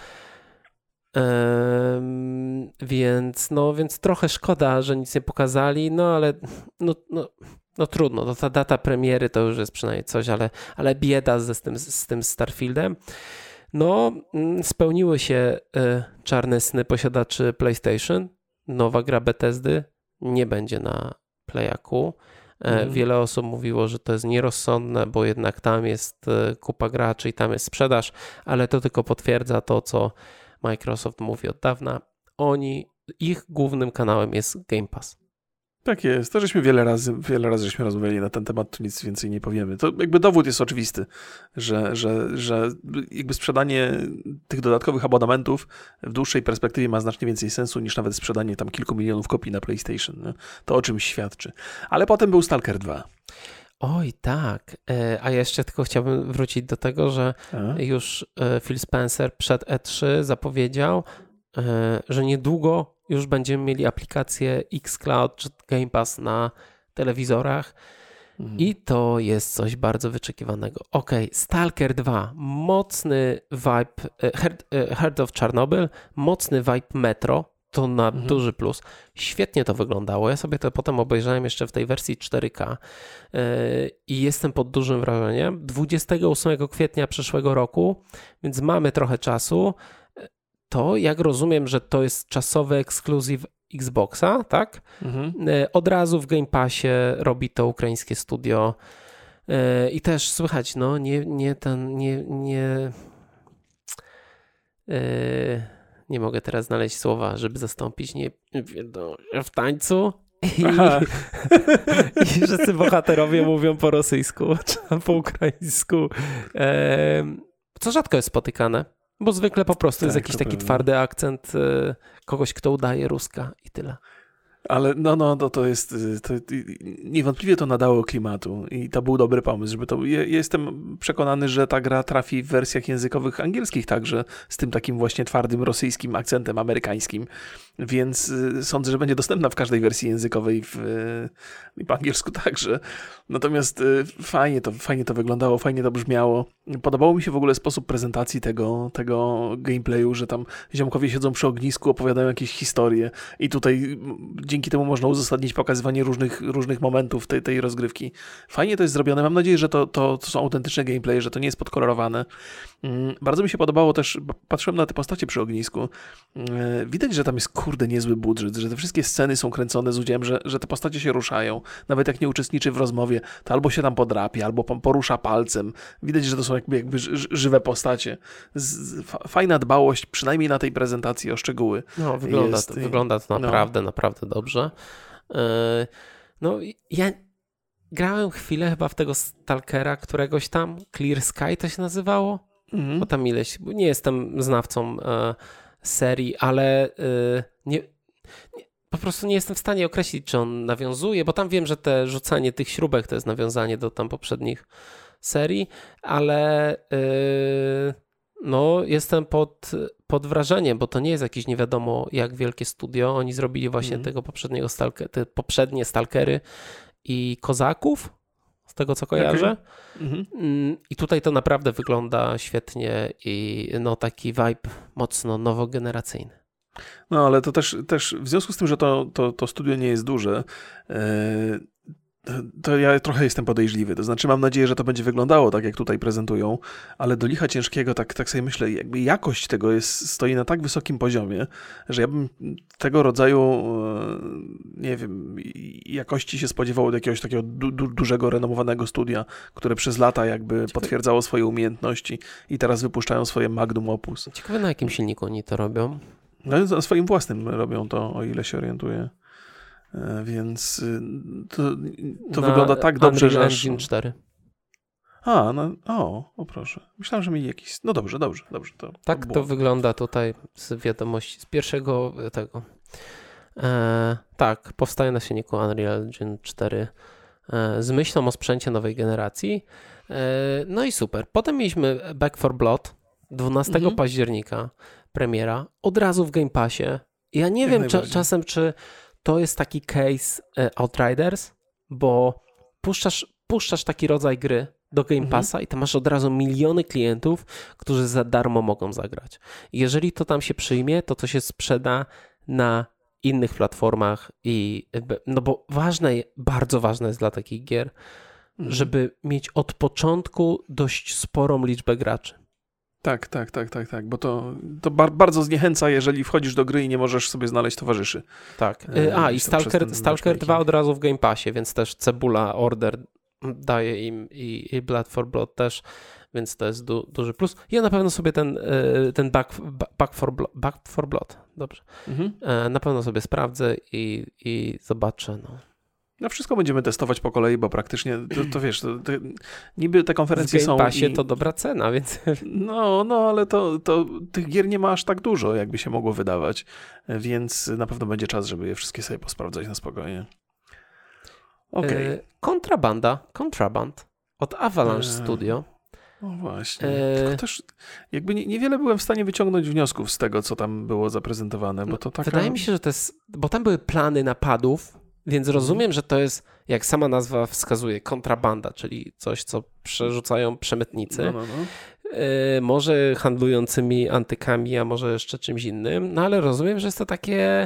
Um, więc no więc trochę szkoda, że nic nie pokazali, no ale no, no, no trudno, no ta data premiery to już jest przynajmniej coś, ale, ale bieda ze, z, tym, z tym Starfieldem. No spełniły się y, czarne sny posiadaczy PlayStation, nowa gra Bethesdy nie będzie na Playaku. Mm. Wiele osób mówiło, że to jest nierozsądne, bo jednak tam jest kupa graczy i tam jest sprzedaż, ale to tylko potwierdza to, co Microsoft mówi od dawna. Oni, ich głównym kanałem jest Game Pass. Tak jest. To żeśmy wiele razy, wiele razy żeśmy rozmawiali na ten temat, tu nic więcej nie powiemy. To jakby dowód jest oczywisty, że, że, że jakby sprzedanie tych dodatkowych abonamentów w dłuższej perspektywie ma znacznie więcej sensu niż nawet sprzedanie tam kilku milionów kopii na PlayStation. Nie? To o czymś świadczy. Ale potem był Stalker dwa. Oj, tak. A jeszcze tylko chciałbym wrócić do tego, że A? już Phil Spencer przed E trzy zapowiedział, że niedługo już będziemy mieli aplikację xCloud czy Game Pass na telewizorach mhm. i to jest coś bardzo wyczekiwanego. Ok, Stalker dwa, mocny vibe, Heart, Heart of Chernobyl, mocny vibe Metro, to na mhm. duży plus. Świetnie to wyglądało. Ja sobie to potem obejrzałem jeszcze w tej wersji cztery K yy, i jestem pod dużym wrażeniem. dwudziestego ósmego kwietnia przyszłego roku, więc mamy trochę czasu. To, jak rozumiem, że to jest czasowy ekskluzyw Xboxa, tak? Mhm. Od razu w Game Passie robi to ukraińskie studio i też słychać, no nie, nie ten, nie, nie, nie mogę teraz znaleźć słowa, żeby zastąpić nie w tańcu i, i wszyscy bohaterowie mówią po rosyjsku czy po ukraińsku, co rzadko jest spotykane. Bo zwykle po prostu tak, jest jakiś taki pewnie. twardy akcent y, kogoś, kto udaje Ruska i tyle. Ale no, no, to, to jest, to, niewątpliwie to nadało klimatu i to był dobry pomysł, żeby to, ja jestem przekonany, że ta gra trafi w wersjach językowych angielskich także, z tym takim właśnie twardym rosyjskim akcentem amerykańskim, więc sądzę, że będzie dostępna w każdej wersji językowej w, i po angielsku także. Natomiast fajnie to, fajnie to wyglądało, fajnie to brzmiało. Podobało mi się w ogóle sposób prezentacji tego, tego gameplayu, że tam ziomkowie siedzą przy ognisku, opowiadają jakieś historie i tutaj dzięki temu można uzasadnić pokazywanie różnych, różnych momentów tej, tej rozgrywki. Fajnie to jest zrobione. Mam nadzieję, że to, to, to są autentyczne gameplaye, że to nie jest podkolorowane. Mm, bardzo mi się podobało też, patrzyłem na te postacie przy ognisku. Yy, widać, że tam jest kurde niezły budżet, że te wszystkie sceny są kręcone z udziałem, że, że te postacie się ruszają. Nawet jak nie uczestniczy w rozmowie, to albo się tam podrapie, albo porusza palcem. Widać, że to są jakby, jakby żywe postacie. Z, fajna dbałość, przynajmniej na tej prezentacji o szczegóły. No, wygląda, jest, to, i, wygląda to naprawdę, no. naprawdę dobrze. No, ja grałem chwilę chyba w tego Stalkera, któregoś tam, Clear Sky to się nazywało, mhm. bo tam ileś, nie jestem znawcą e, serii, ale e, nie, nie, po prostu nie jestem w stanie określić, czy on nawiązuje, bo tam wiem, że te rzucanie tych śrubek to jest nawiązanie do tam poprzednich serii, ale e, no jestem pod, pod wrażeniem, bo to nie jest jakieś nie wiadomo jak wielkie studio. Oni zrobili właśnie mm. tego poprzedniego stalker, te poprzednie Stalkery i Kozaków, z tego co kojarzę. Okay. Mm-hmm. I tutaj to naprawdę wygląda świetnie i no taki vibe mocno nowogeneracyjny. No ale to też, też w związku z tym, że to, to, to studio nie jest duże, yy... to ja trochę jestem podejrzliwy. To znaczy mam nadzieję, że to będzie wyglądało tak, jak tutaj prezentują, ale do licha ciężkiego, tak, tak sobie myślę, jakby jakość tego jest, stoi na tak wysokim poziomie, że ja bym tego rodzaju, nie wiem, jakości się spodziewał od jakiegoś takiego du- du- dużego, renomowanego studia, które przez lata jakby potwierdzało swoje umiejętności i teraz wypuszczają swoje magnum opus. Ciekawe, na jakim silniku oni to robią? No, na swoim własnym robią to, o ile się orientuję. Więc to, to wygląda tak dobrze, Unreal że... Engine cztery. A, no, o, o proszę. Myślałem, że mieli jakiś... No dobrze, dobrze, dobrze. To, tak to, to wygląda tutaj z wiadomości, z pierwszego tego. E, tak, powstaje na silniku Unreal Engine cztery e, z myślą o sprzęcie nowej generacji. E, no i super. Potem mieliśmy Back four Blood dwunastego mhm. października premiera, od razu w Game Passie. Ja nie Jak wiem cza- czasem, czy to jest taki case Outriders, bo puszczasz, puszczasz taki rodzaj gry do Game Passa mhm. i tam masz od razu miliony klientów, którzy za darmo mogą zagrać. I jeżeli to tam się przyjmie, to to się sprzeda na innych platformach i no bo ważne, bardzo ważne jest dla takich gier, mhm. żeby mieć od początku dość sporą liczbę graczy. Tak, tak, tak, tak, tak, bo to, to bar- bardzo zniechęca, jeżeli wchodzisz do gry i nie możesz sobie znaleźć towarzyszy. Tak. A i Stalker, Stalker dwa od razu w Game Passie, więc też Cebula Order daje im i, i Blood for Blood też, więc to jest du, duży plus. Ja na pewno sobie ten, ten Back, back, for, Blood, back for Blood, dobrze, mhm. na pewno sobie sprawdzę i, i zobaczę, no. No wszystko będziemy testować po kolei, bo praktycznie, to, to wiesz, to, to, niby te konferencje są... W Game Passie i... to dobra cena, więc... No, no, ale to, to tych gier nie ma aż tak dużo, jakby się mogło wydawać, więc na pewno będzie czas, żeby je wszystkie sobie posprawdzać na spokojnie. Okej. Okay. Kontrabanda, Contraband od Avalanche e... Studio. No właśnie, e... tylko też jakby nie, niewiele byłem w stanie wyciągnąć wniosków z tego, co tam było zaprezentowane, bo to taka... Wydaje mi się, że to jest, bo tam były plany napadów, więc rozumiem, że to jest, jak sama nazwa wskazuje, kontrabanda, czyli coś, co przerzucają przemytnicy. No, no, no. E, może handlującymi antykami, a może jeszcze czymś innym, no ale rozumiem, że jest to takie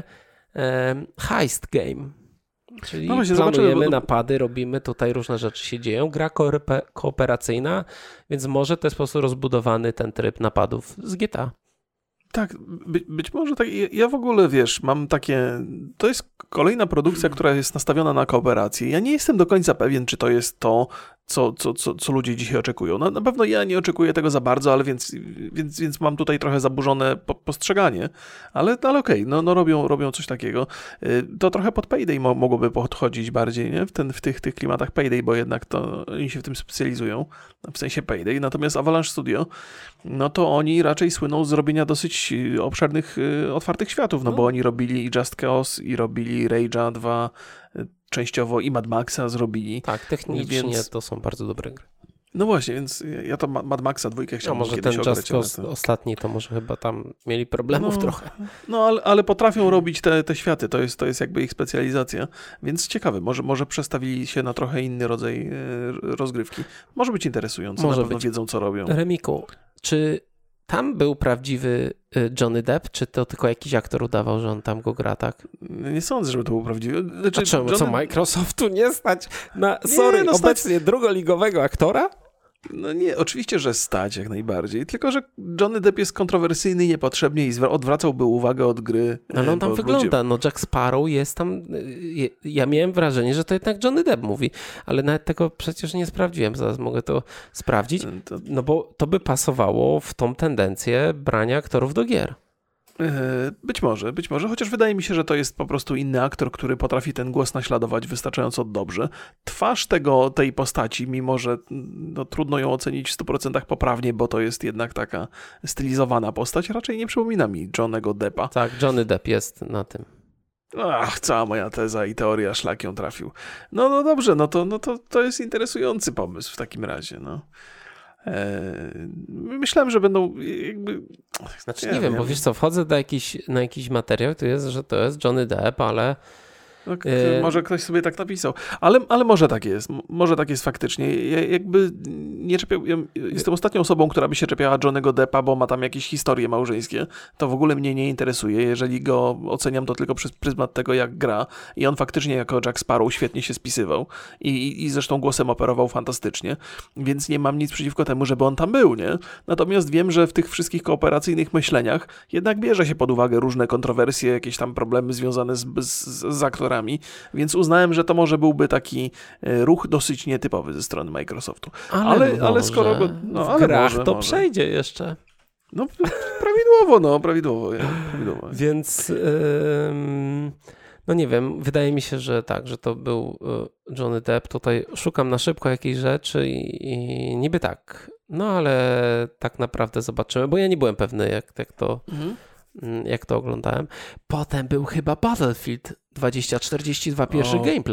e, heist game. Czyli no właśnie, planujemy bo... napady, robimy, tutaj różne rzeczy się dzieją. Gra ko- kooperacyjna, więc może to jest po prostu rozbudowany ten tryb napadów z G T A. Tak, by, być może tak. Ja w ogóle, wiesz, mam takie... To jest kolejna produkcja, która jest nastawiona na kooperację. Ja nie jestem do końca pewien, czy to jest to, co, co, co, co ludzie dzisiaj oczekują. No, na pewno ja nie oczekuję tego za bardzo, ale więc, więc, więc mam tutaj trochę zaburzone po, postrzeganie. Ale, ale okej, okay, no, no robią, robią coś takiego. To trochę pod Payday mo- mogłoby podchodzić bardziej, nie? W, ten, w tych, tych klimatach Payday, bo jednak to oni się w tym specjalizują, w sensie Payday. Natomiast Avalanche Studio, no to oni raczej słyną z robienia dosyć obszernych, otwartych światów, no, no. bo oni robili i Just Chaos, i robili Rage'a dwa, częściowo i Mad Maxa zrobili. Tak, technicznie więc... to są bardzo dobre gry. No właśnie, więc ja to Mad Maxa dwójkę chciałem no może kiedyś ten Just Cause to... ostatni, to może chyba tam mieli problemów no, trochę. No ale, ale potrafią robić te, te światy, to jest, to jest jakby ich specjalizacja, więc ciekawe, może, może przestawili się na trochę inny rodzaj rozgrywki. Może być interesujące, może na pewno być. Wiedzą, co robią. Remiku, czy tam był prawdziwy Johnny Depp, czy to tylko jakiś aktor udawał, że on tam go gra, tak? Nie sądzę, żeby to był prawdziwy. Znaczy, A czemu, Johnny... co Microsoftu nie stać na, sorry, nie, no obecnie stać... drugoligowego aktora? No nie, oczywiście, że stać jak najbardziej, tylko że Johnny Depp jest kontrowersyjny niepotrzebnie i odwracałby uwagę od gry. No ale on tam wygląda, ludzie... no Jack Sparrow jest tam, ja miałem wrażenie, że to jednak Johnny Depp mówi, ale nawet tego przecież nie sprawdziłem, zaraz mogę to sprawdzić, no bo to by pasowało w tą tendencję brania aktorów do gier. Być może, być może, chociaż wydaje mi się, że to jest po prostu inny aktor, który potrafi ten głos naśladować wystarczająco dobrze. Twarz tego, tej postaci, mimo że no, trudno ją ocenić w stu procentach poprawnie, bo to jest jednak taka stylizowana postać, raczej nie przypomina mi Johnnego Deppa. Tak, Johnny Depp jest na tym. Ach, cała moja teza i teoria szlak ją trafił. No, no dobrze, no to, no to, to jest interesujący pomysł w takim razie, no. Myślałem, że będą jakby... Znaczy nie, nie wiem, wiem, bo wiesz co, wchodzę do jakiś, na jakiś materiał, to jest, że to jest Johnny Depp, ale... No, y... Może ktoś sobie tak napisał, ale, ale może tak jest, może tak jest faktycznie. Ja jakby nie czepiał, ja jestem ostatnią osobą, która by się czepiała Johnnego Deppa, bo ma tam jakieś historie małżeńskie. To w ogóle mnie nie interesuje. Jeżeli go oceniam, to tylko przez pryzmat tego, jak gra. I on faktycznie jako Jack Sparrow świetnie się spisywał. I, i, i zresztą głosem operował fantastycznie. Więc nie mam nic przeciwko temu, żeby on tam był, nie? Natomiast wiem, że w tych wszystkich kooperacyjnych myśleniach jednak bierze się pod uwagę różne kontrowersje, jakieś tam problemy związane z, z, z aktorami. Więc uznałem, że to może byłby taki ruch dosyć nietypowy ze strony Microsoftu. Ale, ale, ale skoro go... No, w ale grach może, to może. Przejdzie jeszcze. No prawidłowo, no, prawidłowo. Ja, prawidłowo. Więc ym, no nie wiem, wydaje mi się, że tak, że to był Johnny Depp. Tutaj szukam na szybko jakiejś rzeczy i, i niby tak. No ale tak naprawdę zobaczymy, bo ja nie byłem pewny, jak, jak to... Mhm. jak to oglądałem. Potem był chyba Battlefield dwadzieścia czterdzieści dwa, pierwszy o, gameplay.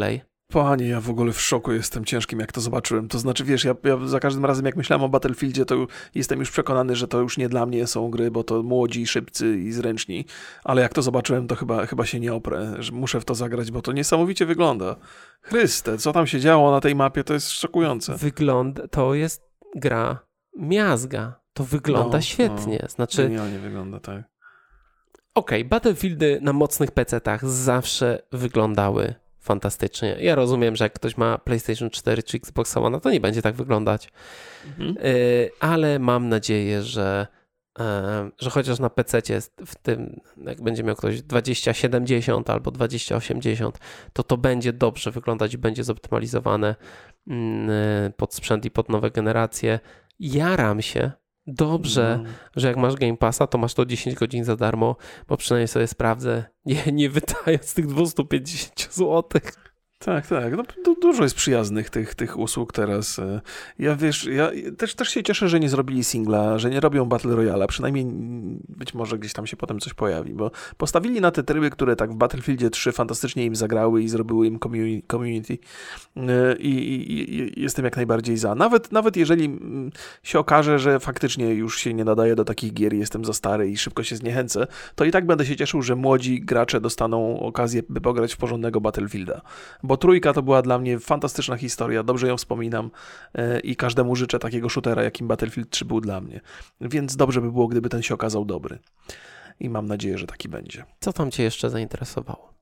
Panie, ja w ogóle w szoku jestem ciężkim, jak to zobaczyłem. To znaczy, wiesz, ja, ja za każdym razem, jak myślałem o Battlefieldzie, to jestem już przekonany, że to już nie dla mnie są gry, bo to młodzi, szybcy i zręczni. Ale jak to zobaczyłem, to chyba, chyba się nie oprę, że muszę w to zagrać, bo to niesamowicie wygląda. Chryste, co tam się działo na tej mapie, to jest szokujące. Wygląda, to jest gra miazga. To wygląda no, świetnie. No, znaczy... Genialnie wygląda, tak. Okej, okay, Battlefieldy na mocnych pecetach zawsze wyglądały fantastycznie. Ja rozumiem, że jak ktoś ma PlayStation cztery czy Xbox One, to nie będzie tak wyglądać. Mhm. Y, ale mam nadzieję, że, y, że chociaż na pececie w tym, jak będzie miał ktoś dwadzieścia siedemdziesiąt albo dwadzieścia osiemdziesiąt, to to będzie dobrze wyglądać i będzie zoptymalizowane y, pod sprzęt i pod nowe generacje. Jaram się dobrze, no. że jak masz Game Passa, to masz to dziesięć godzin za darmo, bo przynajmniej sobie sprawdzę, nie, nie wydając tych dwieście pięćdziesiąt złotych. Tak, tak. No, du- dużo jest przyjaznych tych, tych usług teraz. Ja wiesz, ja też, też się cieszę, że nie zrobili singla, że nie robią Battle Royale, przynajmniej być może gdzieś tam się potem coś pojawi, bo postawili na te tryby, które tak w Battlefieldzie trzy fantastycznie im zagrały i zrobiły im community i, i, i jestem jak najbardziej za. Nawet, nawet jeżeli się okaże, że faktycznie już się nie nadaje do takich gier, jestem za stary i szybko się zniechęcę, to i tak będę się cieszył, że młodzi gracze dostaną okazję, by pograć w porządnego Battlefielda. Bo trójka to była dla mnie fantastyczna historia, dobrze ją wspominam yy, i każdemu życzę takiego shootera, jakim Battlefield trzy był dla mnie. Więc dobrze by było, gdyby ten się okazał dobry. I mam nadzieję, że taki będzie. Co tam cię jeszcze zainteresowało?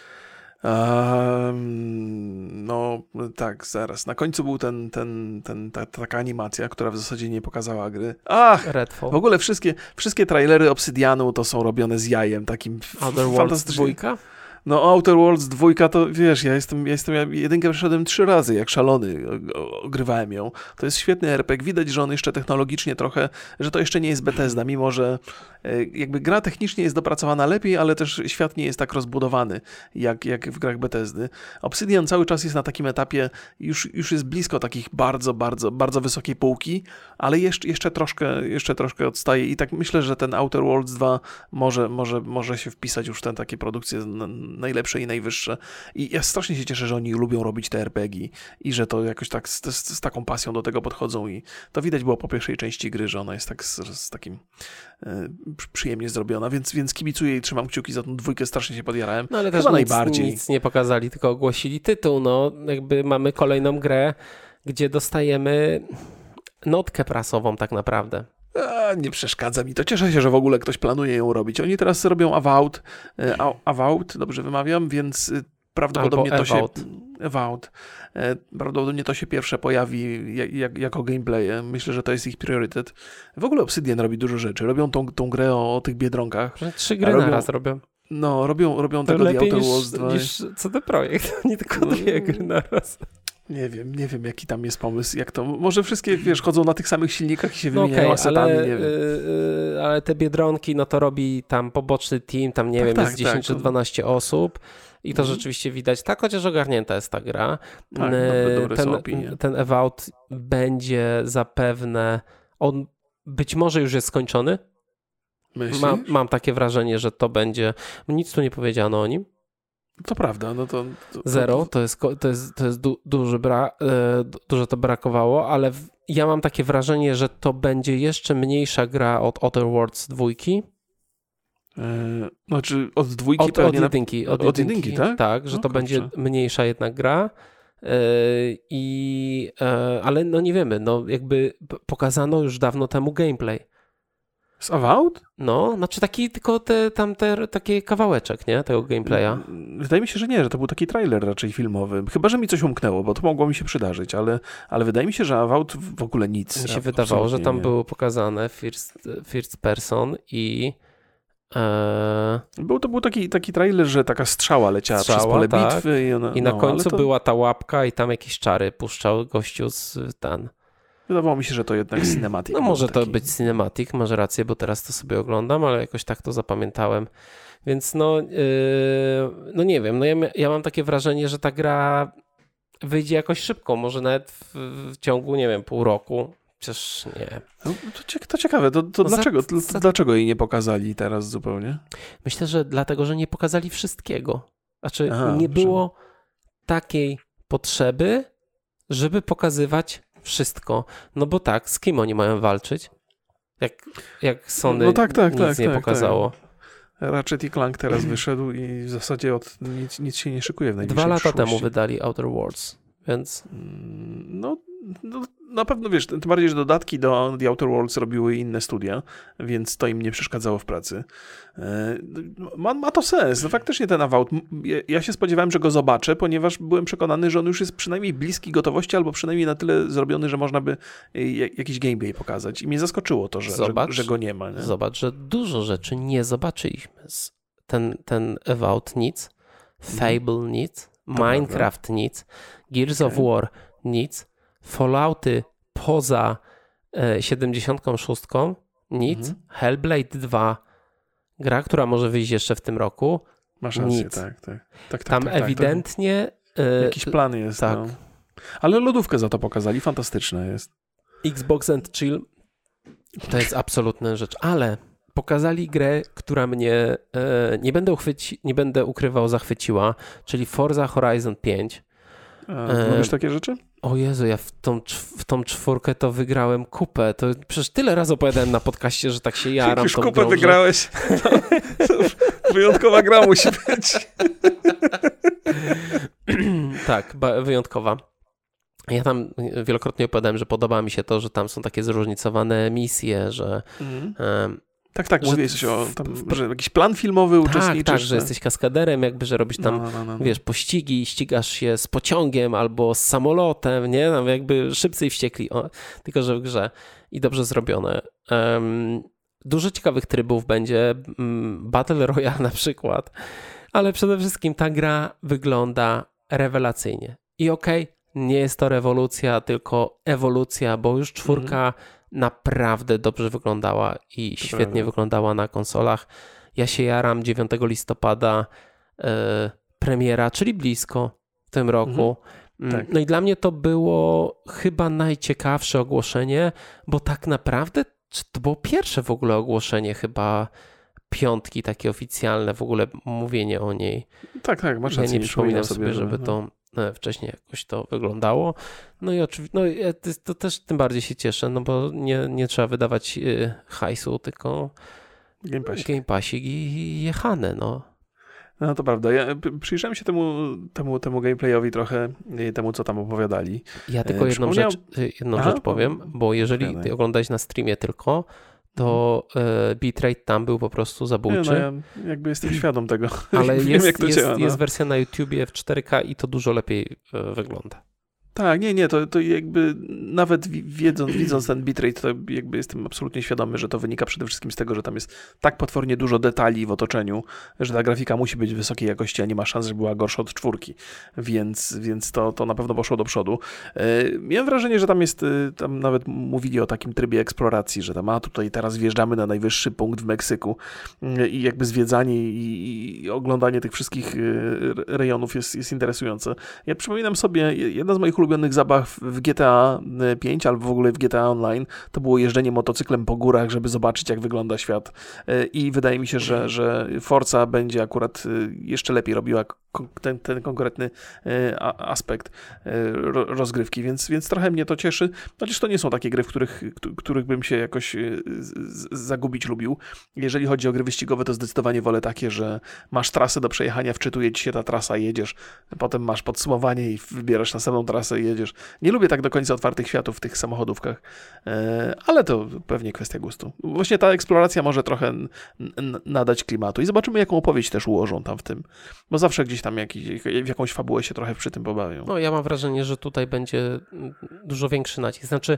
Um, no tak, zaraz. Na końcu był ten, ten, ten, ta, taka animacja, która w zasadzie nie pokazała gry. Ach! Redfall. W ogóle wszystkie, wszystkie trailery Obsydianu to są robione z jajem takim fantastycznym. No Outer Worlds dwójka to, wiesz, ja jestem, ja jestem, ja jedynkę przeszedłem trzy razy, jak szalony, ogrywałem ją. To jest świetny er pe gie, widać, że on jeszcze technologicznie trochę, że to jeszcze nie jest Bethesda, mimo że jakby gra technicznie jest dopracowana lepiej, ale też świat nie jest tak rozbudowany, jak, jak w grach Bethesdy. Obsidian cały czas jest na takim etapie, już, już jest blisko takich bardzo, bardzo, bardzo wysokiej półki, ale jeszcze, jeszcze, troszkę, jeszcze troszkę odstaje i tak myślę, że ten Outer Worlds dwa może, może, może się wpisać już w ten takie produkcje najlepsze i najwyższe. I ja strasznie się cieszę, że oni lubią robić te er pe gie i że to jakoś tak z, z, z taką pasją do tego podchodzą i to widać było po pierwszej części gry, że ona jest tak z, z takim e, przyjemnie zrobiona, więc, więc kibicuję i trzymam kciuki za tą dwójkę, strasznie się podjarałem. No ale też Chyba nic, najbardziej. nic nie pokazali, tylko ogłosili tytuł, no jakby mamy kolejną grę, gdzie dostajemy notkę prasową tak naprawdę. A, nie przeszkadza mi to. Cieszę się, że w ogóle ktoś planuje ją robić. Oni teraz robią Avowed, Avowed, dobrze wymawiam, więc prawdopodobnie Albo to Avowed. się... Avowed. Prawdopodobnie to się pierwsze pojawi jak, jak, jako gameplaye. Myślę, że to jest ich priorytet. W ogóle Obsidian robi dużo rzeczy. Robią tą, tą grę o, o tych Biedronkach. Trzy gry robią, naraz robią. No, robią, robią to tego The lepiej Outer niż, Worlds dwa. niż C D Projekt. Nie tylko no, dwie gry naraz. Nie wiem, nie wiem jaki tam jest pomysł, jak to, może wszystkie, wiesz, chodzą na tych samych silnikach i się no wymieniają okay, asetami, ale, nie wiem. Yy, ale te Biedronki, no to robi tam poboczny team, tam nie tak, wiem, tak, jest dziesięć tak, czy dwanaście osób i to mhm. rzeczywiście widać, tak, chociaż ogarnięta jest ta gra. Tak, dobre, dobre ten, są opinie. ten Avowed będzie zapewne, on być może już jest skończony. Mam, mam takie wrażenie, że to będzie, nic tu nie powiedziano o nim. To prawda, no to... to Zero, to jest, to jest, to jest du, duży bra, dużo to brakowało, ale w, ja mam takie wrażenie, że to będzie jeszcze mniejsza gra od Outer Worlds dwójki. Yy, znaczy od dwójki od, pewnie... Od jedynki, na... od, od jedynki, tak? Tak, że no, to kurczę. Będzie mniejsza jednak gra. Yy, i, yy, ale no nie wiemy, no jakby pokazano już dawno temu gameplay. Z Avowed? No, znaczy taki tylko te, tam te, taki kawałeczek, nie? Tego gameplaya. Wydaje mi się, że nie, że to był taki trailer raczej filmowy. Chyba, że mi coś umknęło, bo to mogło mi się przydarzyć, ale, ale wydaje mi się, że Avowed w ogóle nic. Mi się wydawało, że tam nie. Było pokazane first, first person i... E... Był, to był taki, taki trailer, że taka strzała leciała strzała, przez pole tak. bitwy. I, ona, I na no, końcu to... była ta łapka i tam jakieś czary puszczał gościu z ten... Wydawało mi się, że to jednak cinematic. No może taki... to być cinematic, masz rację, bo teraz to sobie oglądam, ale jakoś tak to zapamiętałem. Więc no, yy, no nie wiem, no ja, ja mam takie wrażenie, że ta gra wyjdzie jakoś szybko, może nawet w, w ciągu, nie wiem, pół roku. Przecież nie. No, to, to ciekawe, to, to no dlaczego, za, za... dlaczego jej nie pokazali teraz zupełnie? Myślę, że dlatego, że nie pokazali wszystkiego. Znaczy Aha, nie było że... takiej potrzeby, żeby pokazywać wszystko. No bo tak, z kim oni mają walczyć? Jak, jak Sony no tak, tak, nic tak, nie tak, pokazało. Tak. Ratchet i Clank teraz wyszedł i w zasadzie od nic, nic się nie szykuje w najbliższej Dwa lata przyszłości. temu wydali Outer Worlds, więc... No, no, na pewno wiesz, tym bardziej, że dodatki do The Outer Worlds robiły inne studia, więc to im nie przeszkadzało w pracy. Ma, ma to sens. No faktycznie ten Avowed, ja się spodziewałem, że go zobaczę, ponieważ byłem przekonany, że on już jest przynajmniej bliski gotowości, albo przynajmniej na tyle zrobiony, że można by jakiś gameplay pokazać. I mnie zaskoczyło to, że, zobacz, że, że go nie ma. Nie? Zobacz, że dużo rzeczy nie zobaczyliśmy. Ten, ten Avowed nic, Fable nic, Minecraft prawda. nic, Gears okay. of War nic, Fallouty poza e, siedemdziesiąt sześć nic, mhm. Hellblade dwa, gra, która może wyjść jeszcze w tym roku, masz rację, nic. Tak, tak. tak, Tam tak, ewidentnie... Tak, tak. Jakiś plan jest. Tak. No. Ale lodówkę za to pokazali, fantastyczne jest. Xbox and Chill to jest absolutna rzecz, ale pokazali grę, która mnie, e, nie, będę uchwyci, nie będę ukrywał, zachwyciła, czyli Forza Horizon pięć. A, lubisz takie rzeczy? O Jezu, ja w tą, w tą czwórkę to wygrałem kupę. To przecież tyle razy opowiadałem na podcaście, że tak się jaram. Już tą kupę grą, wygrałeś. To, to wyjątkowa gra musi być. Tak, wyjątkowa. Ja tam wielokrotnie opowiadałem, że podoba mi się to, że tam są takie zróżnicowane misje, że... Mm. Um, Tak, tak, mówiłeś o tam, że jakiś plan filmowy tak, uczestniczysz. Tak, że jesteś kaskaderem, jakby, że robisz tam, no, no, no, no. wiesz, pościgi, ścigasz się z pociągiem albo z samolotem, nie? No, jakby szybcy i wściekli, o, tylko że w grze i dobrze zrobione. Um, dużo ciekawych trybów będzie, um, Battle Royale na przykład, ale przede wszystkim ta gra wygląda rewelacyjnie. I okej, okay, nie jest to rewolucja, tylko ewolucja, bo już czwórka mm. naprawdę dobrze wyglądała i to świetnie prawda. wyglądała na konsolach. Ja się jaram dziewiątego listopada e, premiera, czyli blisko w tym roku. Mhm. Tak. No i dla mnie to było chyba najciekawsze ogłoszenie, bo tak naprawdę to było pierwsze w ogóle ogłoszenie chyba piątki, takie oficjalne, w ogóle mówienie o niej. Tak, tak, masz rację. Ja nie przypominam sobie, sobie, żeby no. to wcześniej jakoś to wyglądało. No i oczywiście, no ja to też tym bardziej się cieszę, no bo nie, nie trzeba wydawać y, hajsu, tylko Game Passik. Game Passik i jechane, no. No to prawda. Ja przyjrzałem się temu, temu, temu gameplayowi trochę, temu co tam opowiadali. Ja tylko jedną, Przypomniał... rzecz, jedną Aha, rzecz powiem, bo jeżeli ty oglądałeś na streamie tylko, to e, bitrate tam był po prostu zabójczy. Nie, no ja jakby jestem świadom tego. Ale Wiem, jest, jak to jest, działa, no. jest wersja na YouTubie w cztery K i to dużo lepiej e, wygląda. Tak, nie, nie, to, to jakby nawet wiedząc, widząc ten bitrate, to jakby jestem absolutnie świadomy, że to wynika przede wszystkim z tego, że tam jest tak potwornie dużo detali w otoczeniu, że ta grafika musi być wysokiej jakości, a nie ma szans, że była gorsza od czwórki, więc, więc to, to na pewno poszło do przodu. Yy, miałem wrażenie, że tam jest, yy, tam nawet mówili o takim trybie eksploracji, że tam, a tutaj teraz wjeżdżamy na najwyższy punkt w Meksyku yy, i jakby zwiedzanie i, i oglądanie tych wszystkich yy, rejonów jest, jest interesujące. Ja przypominam sobie, jedna z moich ulubionych zabaw w G T A pięć albo w ogóle w G T A Online to było jeżdżenie motocyklem po górach, żeby zobaczyć, jak wygląda świat. I wydaje mi się, że, że Forza będzie akurat jeszcze lepiej robiła ten, ten konkretny aspekt rozgrywki, więc, więc trochę mnie to cieszy. Chociaż to nie są takie gry, w których, których bym się jakoś zagubić lubił. Jeżeli chodzi o gry wyścigowe, to zdecydowanie wolę takie, że masz trasę do przejechania, wczytuje ci się ta trasa, jedziesz, potem masz podsumowanie i wybierasz następną trasę i jedziesz. Nie lubię tak do końca otwartych światów w tych samochodówkach, ale to pewnie kwestia gustu. Właśnie ta eksploracja może trochę nadać klimatu i zobaczymy, jaką opowieść też ułożą tam w tym, bo zawsze gdzieś tam jakiś, w jakąś fabułę się trochę przy tym pobawią. No ja mam wrażenie, że tutaj będzie dużo większy nacisk. Znaczy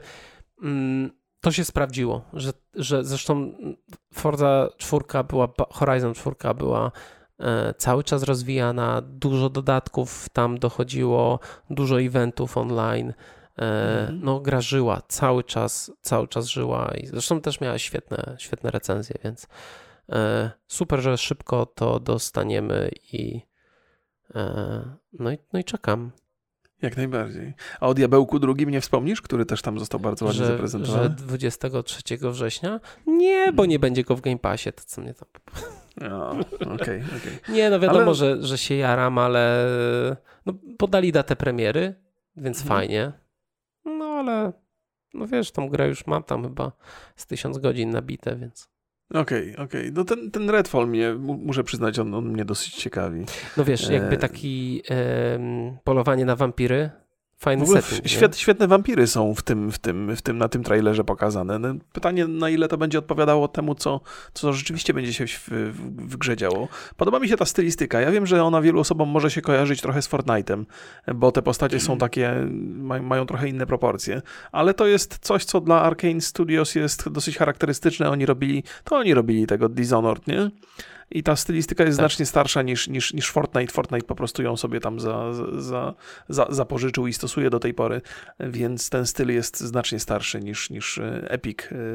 to się sprawdziło, że, że zresztą Forza czwórka była, Horizon czwórka była cały czas rozwijana, dużo dodatków tam dochodziło, dużo eventów online, mm. no gra żyła, cały czas, cały czas żyła i zresztą też miała świetne, świetne recenzje, więc super, że szybko to dostaniemy i no i, no i czekam. Jak najbardziej. A o Diabełku drugim nie wspomnisz, który też tam został bardzo ładnie że, zaprezentowany? Że dwudziestego trzeciego września? Nie, bo nie będzie go w Game Passie, to co mnie tam... No, okej, okej. Okay. Nie, no wiadomo, ale... że, że się jaram, ale no, podali datę premiery, więc mhm. fajnie. No ale no wiesz, tą grę już mam tam chyba z tysiąc godzin nabite, więc... Okej, okay, okej. Okay. No ten, ten Redfall mnie, muszę przyznać, on, on mnie dosyć ciekawi. No wiesz, jakby taki e, polowanie na wampiry, fajny w ogóle setting. Świet, świetne wampiry są w tym, w tym, w tym, na tym trailerze pokazane. No, pytanie, na ile to będzie odpowiadało temu, co, co rzeczywiście będzie się w, w, w grze działo. Podoba mi się ta stylistyka. Ja wiem, że ona wielu osobom może się kojarzyć trochę z Fortnite'em, bo te postacie są takie, maj, mają trochę inne proporcje, ale to jest coś, co dla Arkane Studios jest dosyć charakterystyczne. Oni robili, to oni robili tego Dishonored, nie? I ta stylistyka jest tak. znacznie starsza niż, niż, niż Fortnite. Fortnite po prostu ją sobie tam za, za, za, zapożyczył i stosuje do tej pory, więc ten styl jest znacznie starszy niż, niż Epic.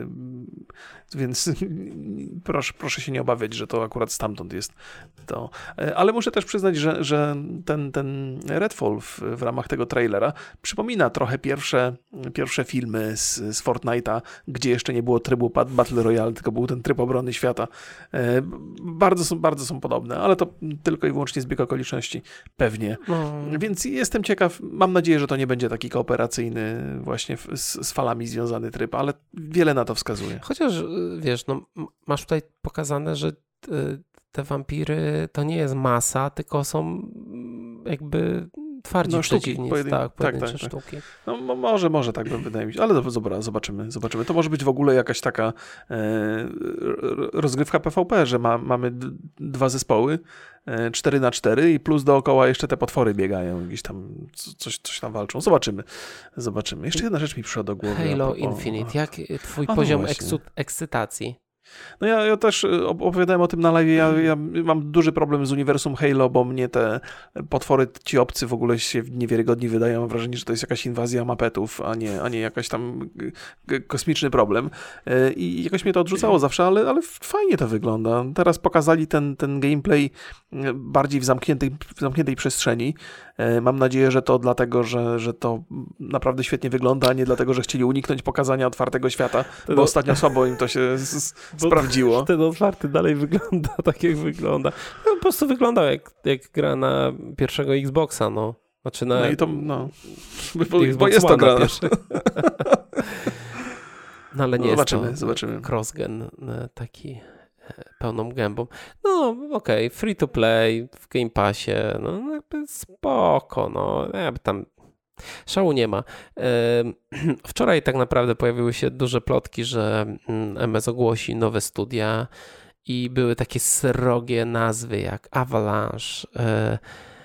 Więc proszę, proszę się nie obawiać, że to akurat stamtąd jest to. Ale muszę też przyznać, że, że ten, ten Redfall w, w ramach tego trailera przypomina trochę pierwsze, pierwsze filmy z, z Fortnite'a, gdzie jeszcze nie było trybu Battle Royale, tylko był ten tryb obrony świata. Bardzo są, bardzo są podobne, ale to tylko i wyłącznie zbieg okoliczności, pewnie. No. Więc jestem ciekaw, mam nadzieję, że to nie będzie taki kooperacyjny właśnie z, z falami związany tryb, ale wiele na to wskazuje. Chociaż, wiesz, no, masz tutaj pokazane, że te wampiry to nie jest masa, tylko są jakby twardzi no, sztuki, przeciwnicy, pojedyn... tak, pojedyncze tak, tak, sztuki. Tak. No może, może tak wydaje mi się, ale to dobra, zobaczymy, zobaczymy. To może być w ogóle jakaś taka e, rozgrywka P V P, że ma, mamy d- dwa zespoły, e, cztery na cztery i plus dookoła jeszcze te potwory biegają, gdzieś tam coś, coś tam walczą. Zobaczymy, zobaczymy. Jeszcze jedna rzecz mi przyszła do głowy. Halo Infinite, jak twój A, poziom no eksy- ekscytacji? No ja, ja też opowiadałem o tym na live, ja, ja mam duży problem z uniwersum Halo, bo mnie te potwory, ci obcy w ogóle się niewiarygodni wydają. Mam wrażenie, że to jest jakaś inwazja mapetów, a nie, a nie jakaś tam kosmiczny problem. I jakoś mnie to odrzucało zawsze, ale, ale fajnie to wygląda. Teraz pokazali ten, ten gameplay bardziej w zamkniętej, w zamkniętej przestrzeni. Mam nadzieję, że to dlatego, że, że to naprawdę świetnie wygląda, a nie dlatego, że chcieli uniknąć pokazania otwartego świata, bo no. ostatnio słabo im to się z, sprawdziło. Ten otwarty dalej wygląda tak, jak wygląda. No, po prostu wyglądał jak, jak gra na pierwszego Xboxa, no. Znaczy na... No i to, no. Bo, bo jest to gra. No ale nie no, zobaczymy, jest to zobaczymy. cross-gen taki pełną gębą. No okej, okay, free to play, w Game Passie, no jakby spoko, no jakby tam szału nie ma. Wczoraj tak naprawdę pojawiły się duże plotki, że M S ogłosi nowe studia i były takie srogie nazwy jak Avalanche, e,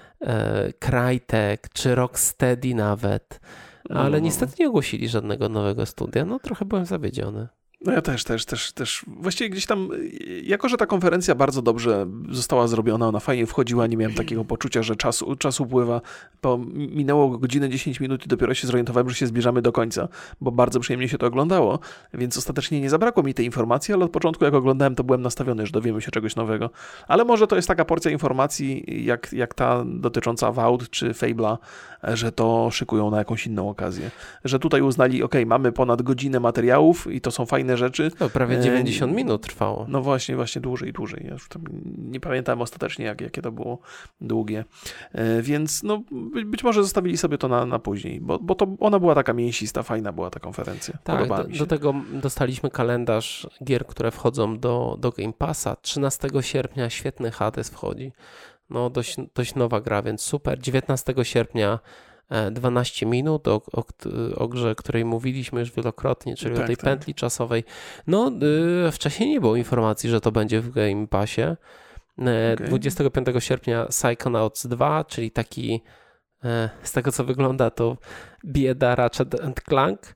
e, Crytek czy Rocksteady nawet, ale no. niestety nie ogłosili żadnego nowego studia. No trochę byłem zawiedziony. No ja też, też, też, też. Właściwie gdzieś tam, jako że ta konferencja bardzo dobrze została zrobiona, ona fajnie wchodziła, nie miałem takiego poczucia, że czas, czas upływa, bo minęło godzinę dziesięć minut i dopiero się zorientowałem, że się zbliżamy do końca, bo bardzo przyjemnie się to oglądało, więc ostatecznie nie zabrakło mi tej informacji, ale od początku jak oglądałem, to byłem nastawiony, że dowiemy się czegoś nowego. Ale może to jest taka porcja informacji, jak, jak ta dotycząca Vault czy Fable'a, że to szykują na jakąś inną okazję. Że tutaj uznali, ok, mamy ponad godzinę materiałów i to są fajne rzeczy. To prawie dziewięćdziesiąt minut trwało. No właśnie, właśnie dłużej, dłużej. Ja już tam nie pamiętam ostatecznie, jak, jakie to było długie. Więc no, być może zostawili sobie to na, na później, bo, bo to ona była taka mięsista, fajna była ta konferencja. Tak, do, do tego dostaliśmy kalendarz gier, które wchodzą do, do Game Passa. trzynastego sierpnia świetny Hades wchodzi. No dość, dość nowa gra, więc super. dziewiętnastego sierpnia dwanaście minut o, o, o grze, której mówiliśmy już wielokrotnie, czyli tak, o tej tak. pętli czasowej. No yy, wcześniej nie było informacji, że to będzie w Game Passie. Yy, okay. dwudziestego piątego sierpnia Psychonauts dwa, czyli taki yy, z tego co wygląda to bieda Ratchet and Clank.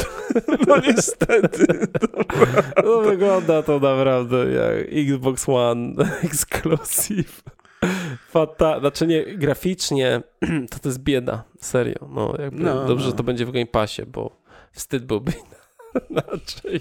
No niestety. No, wygląda to naprawdę jak Xbox One Exclusive. Fata, znaczy nie, graficznie to to jest bieda, serio. No, jakby no, dobrze, no. że to będzie w Game Passie, bo wstyd byłby inaczej.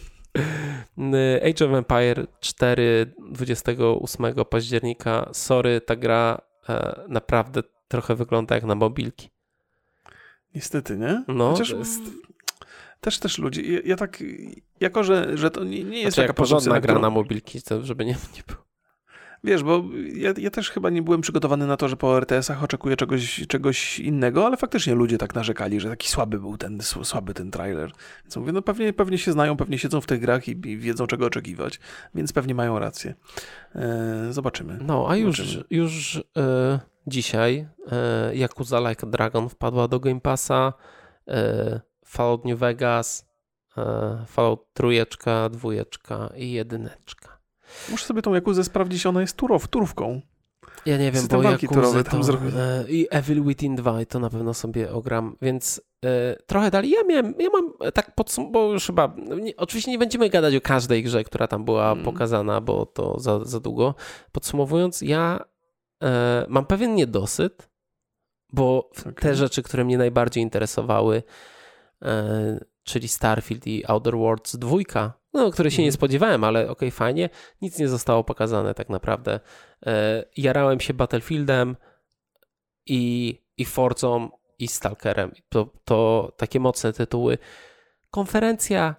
Age of Empire cztery, dwudziestego ósmego października. Sorry, ta gra e, naprawdę trochę wygląda jak na mobilki. Niestety, nie? No, Chociaż jest... też, też ludzie, ja, ja tak, jako że, że to nie, nie jest znaczy, taka porządna produkcja, gra którą... na mobilki, to żeby nie, nie było. Wiesz, bo ja, ja też chyba nie byłem przygotowany na to, że po R T S-ach oczekuję czegoś, czegoś innego, ale faktycznie ludzie tak narzekali, że taki słaby był ten, słaby ten trailer. Więc mówię, no pewnie, pewnie się znają, pewnie siedzą w tych grach i, i wiedzą, czego oczekiwać, więc pewnie mają rację. E, zobaczymy. No, a już, zobaczymy. już e, dzisiaj e, Yakuza Like a Dragon wpadła do Game Passa, e, Fallout New Vegas, e, Fallout trójeczka, dwójeczka i jedyneczka. Muszę sobie tą Jakuzę sprawdzić, ona jest turow, turówką. Ja nie wiem, System bo walki turowe Yakuzy tam to, zrobili. e, i Evil Within dwa i to na pewno sobie ogram, więc e, trochę dalej. Ja miałem, ja mam tak podsum- bo już chyba, nie, oczywiście nie będziemy gadać o każdej grze, która tam była Hmm. pokazana, bo to za, za długo. Podsumowując, ja e, mam pewien niedosyt, bo Okay. te rzeczy, które mnie najbardziej interesowały, e, czyli Starfield i Outer Worlds dwójka, no, które się Mhm. nie spodziewałem, ale okej, okay, fajnie, nic nie zostało pokazane tak naprawdę. E, jarałem się Battlefieldem i, i Forzą i Stalkerem. To, to takie mocne tytuły. Konferencja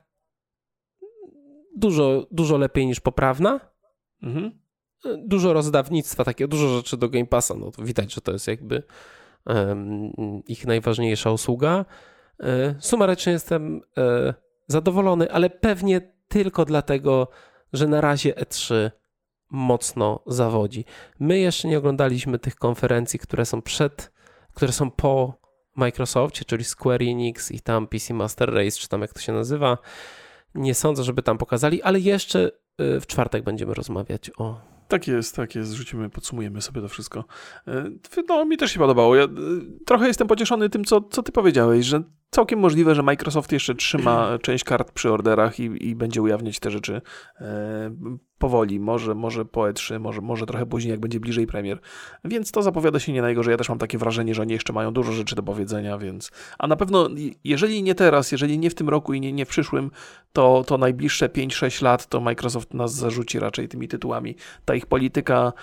dużo, dużo lepiej niż poprawna. Mhm. Dużo rozdawnictwa, takie dużo rzeczy do Game Passa. No to widać, że to jest jakby um, ich najważniejsza usługa. E, sumarycznie jestem e, zadowolony, ale pewnie tylko dlatego, że na razie E trzy mocno zawodzi. My jeszcze nie oglądaliśmy tych konferencji, które są przed, które są po Microsoftie, czyli Square Enix i tam P C Master Race, czy tam jak to się nazywa. Nie sądzę, żeby tam pokazali, ale jeszcze w czwartek będziemy rozmawiać o... Tak jest, tak jest. Rzucimy, podsumujemy sobie to wszystko. No, mi też się podobało. Ja trochę jestem pocieszony tym, co, co ty powiedziałeś, że całkiem możliwe, że Microsoft jeszcze trzyma część kart przy orderach i, i będzie ujawniać te rzeczy e, powoli. Może, może po E trzy, może, może trochę później, jak będzie bliżej premier. Więc to zapowiada się nie najgorzej. Ja też mam takie wrażenie, że oni jeszcze mają dużo rzeczy do powiedzenia, więc... A na pewno, jeżeli nie teraz, jeżeli nie w tym roku i nie, nie w przyszłym, to, to najbliższe pięć sześć lat to Microsoft nas zarzuci raczej tymi tytułami. Ta ich polityka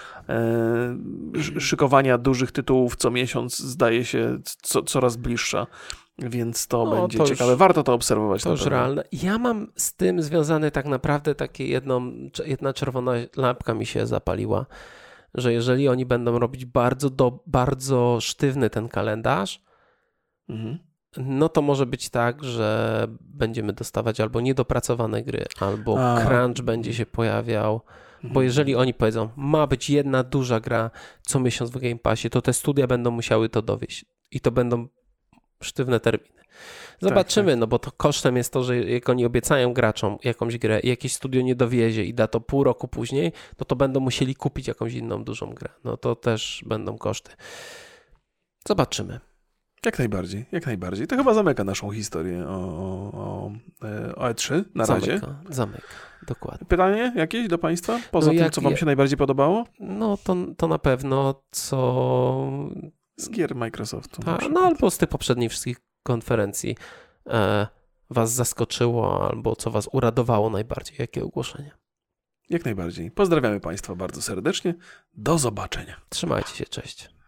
e, szykowania dużych tytułów co miesiąc zdaje się co, coraz bliższa. Więc to no, będzie to ciekawe. Już, Warto to obserwować. To już realne. Ja mam z tym związane tak naprawdę takie jedną, jedna czerwona lampka mi się zapaliła, że jeżeli oni będą robić bardzo, do, bardzo sztywny ten kalendarz, mhm. no to może być tak, że będziemy dostawać albo niedopracowane gry, albo A. crunch będzie się pojawiał. Bo jeżeli oni powiedzą, ma być jedna duża gra co miesiąc w Game Passie, to te studia będą musiały to dowieść. I to będą sztywne terminy. Zobaczymy, tak, tak. No bo to kosztem jest to, że jak oni obiecają graczom jakąś grę i jakieś studio nie dowiezie i da to pół roku później, no to będą musieli kupić jakąś inną dużą grę. No to też będą koszty. Zobaczymy. Jak najbardziej, jak najbardziej. To chyba zamyka naszą historię o, o, o E trzy na zamyka, razie. Zamyka, dokładnie. Pytanie jakieś do Państwa? Poza no tym, jak, co Wam się najbardziej podobało? No to, to na pewno, co... Z gier Microsoftu. A, no albo z tych poprzednich wszystkich konferencji e, Was zaskoczyło, albo co Was uradowało najbardziej. Jakie ogłoszenie? Jak najbardziej. Pozdrawiamy Państwa bardzo serdecznie. Do zobaczenia. Trzymajcie się, cześć.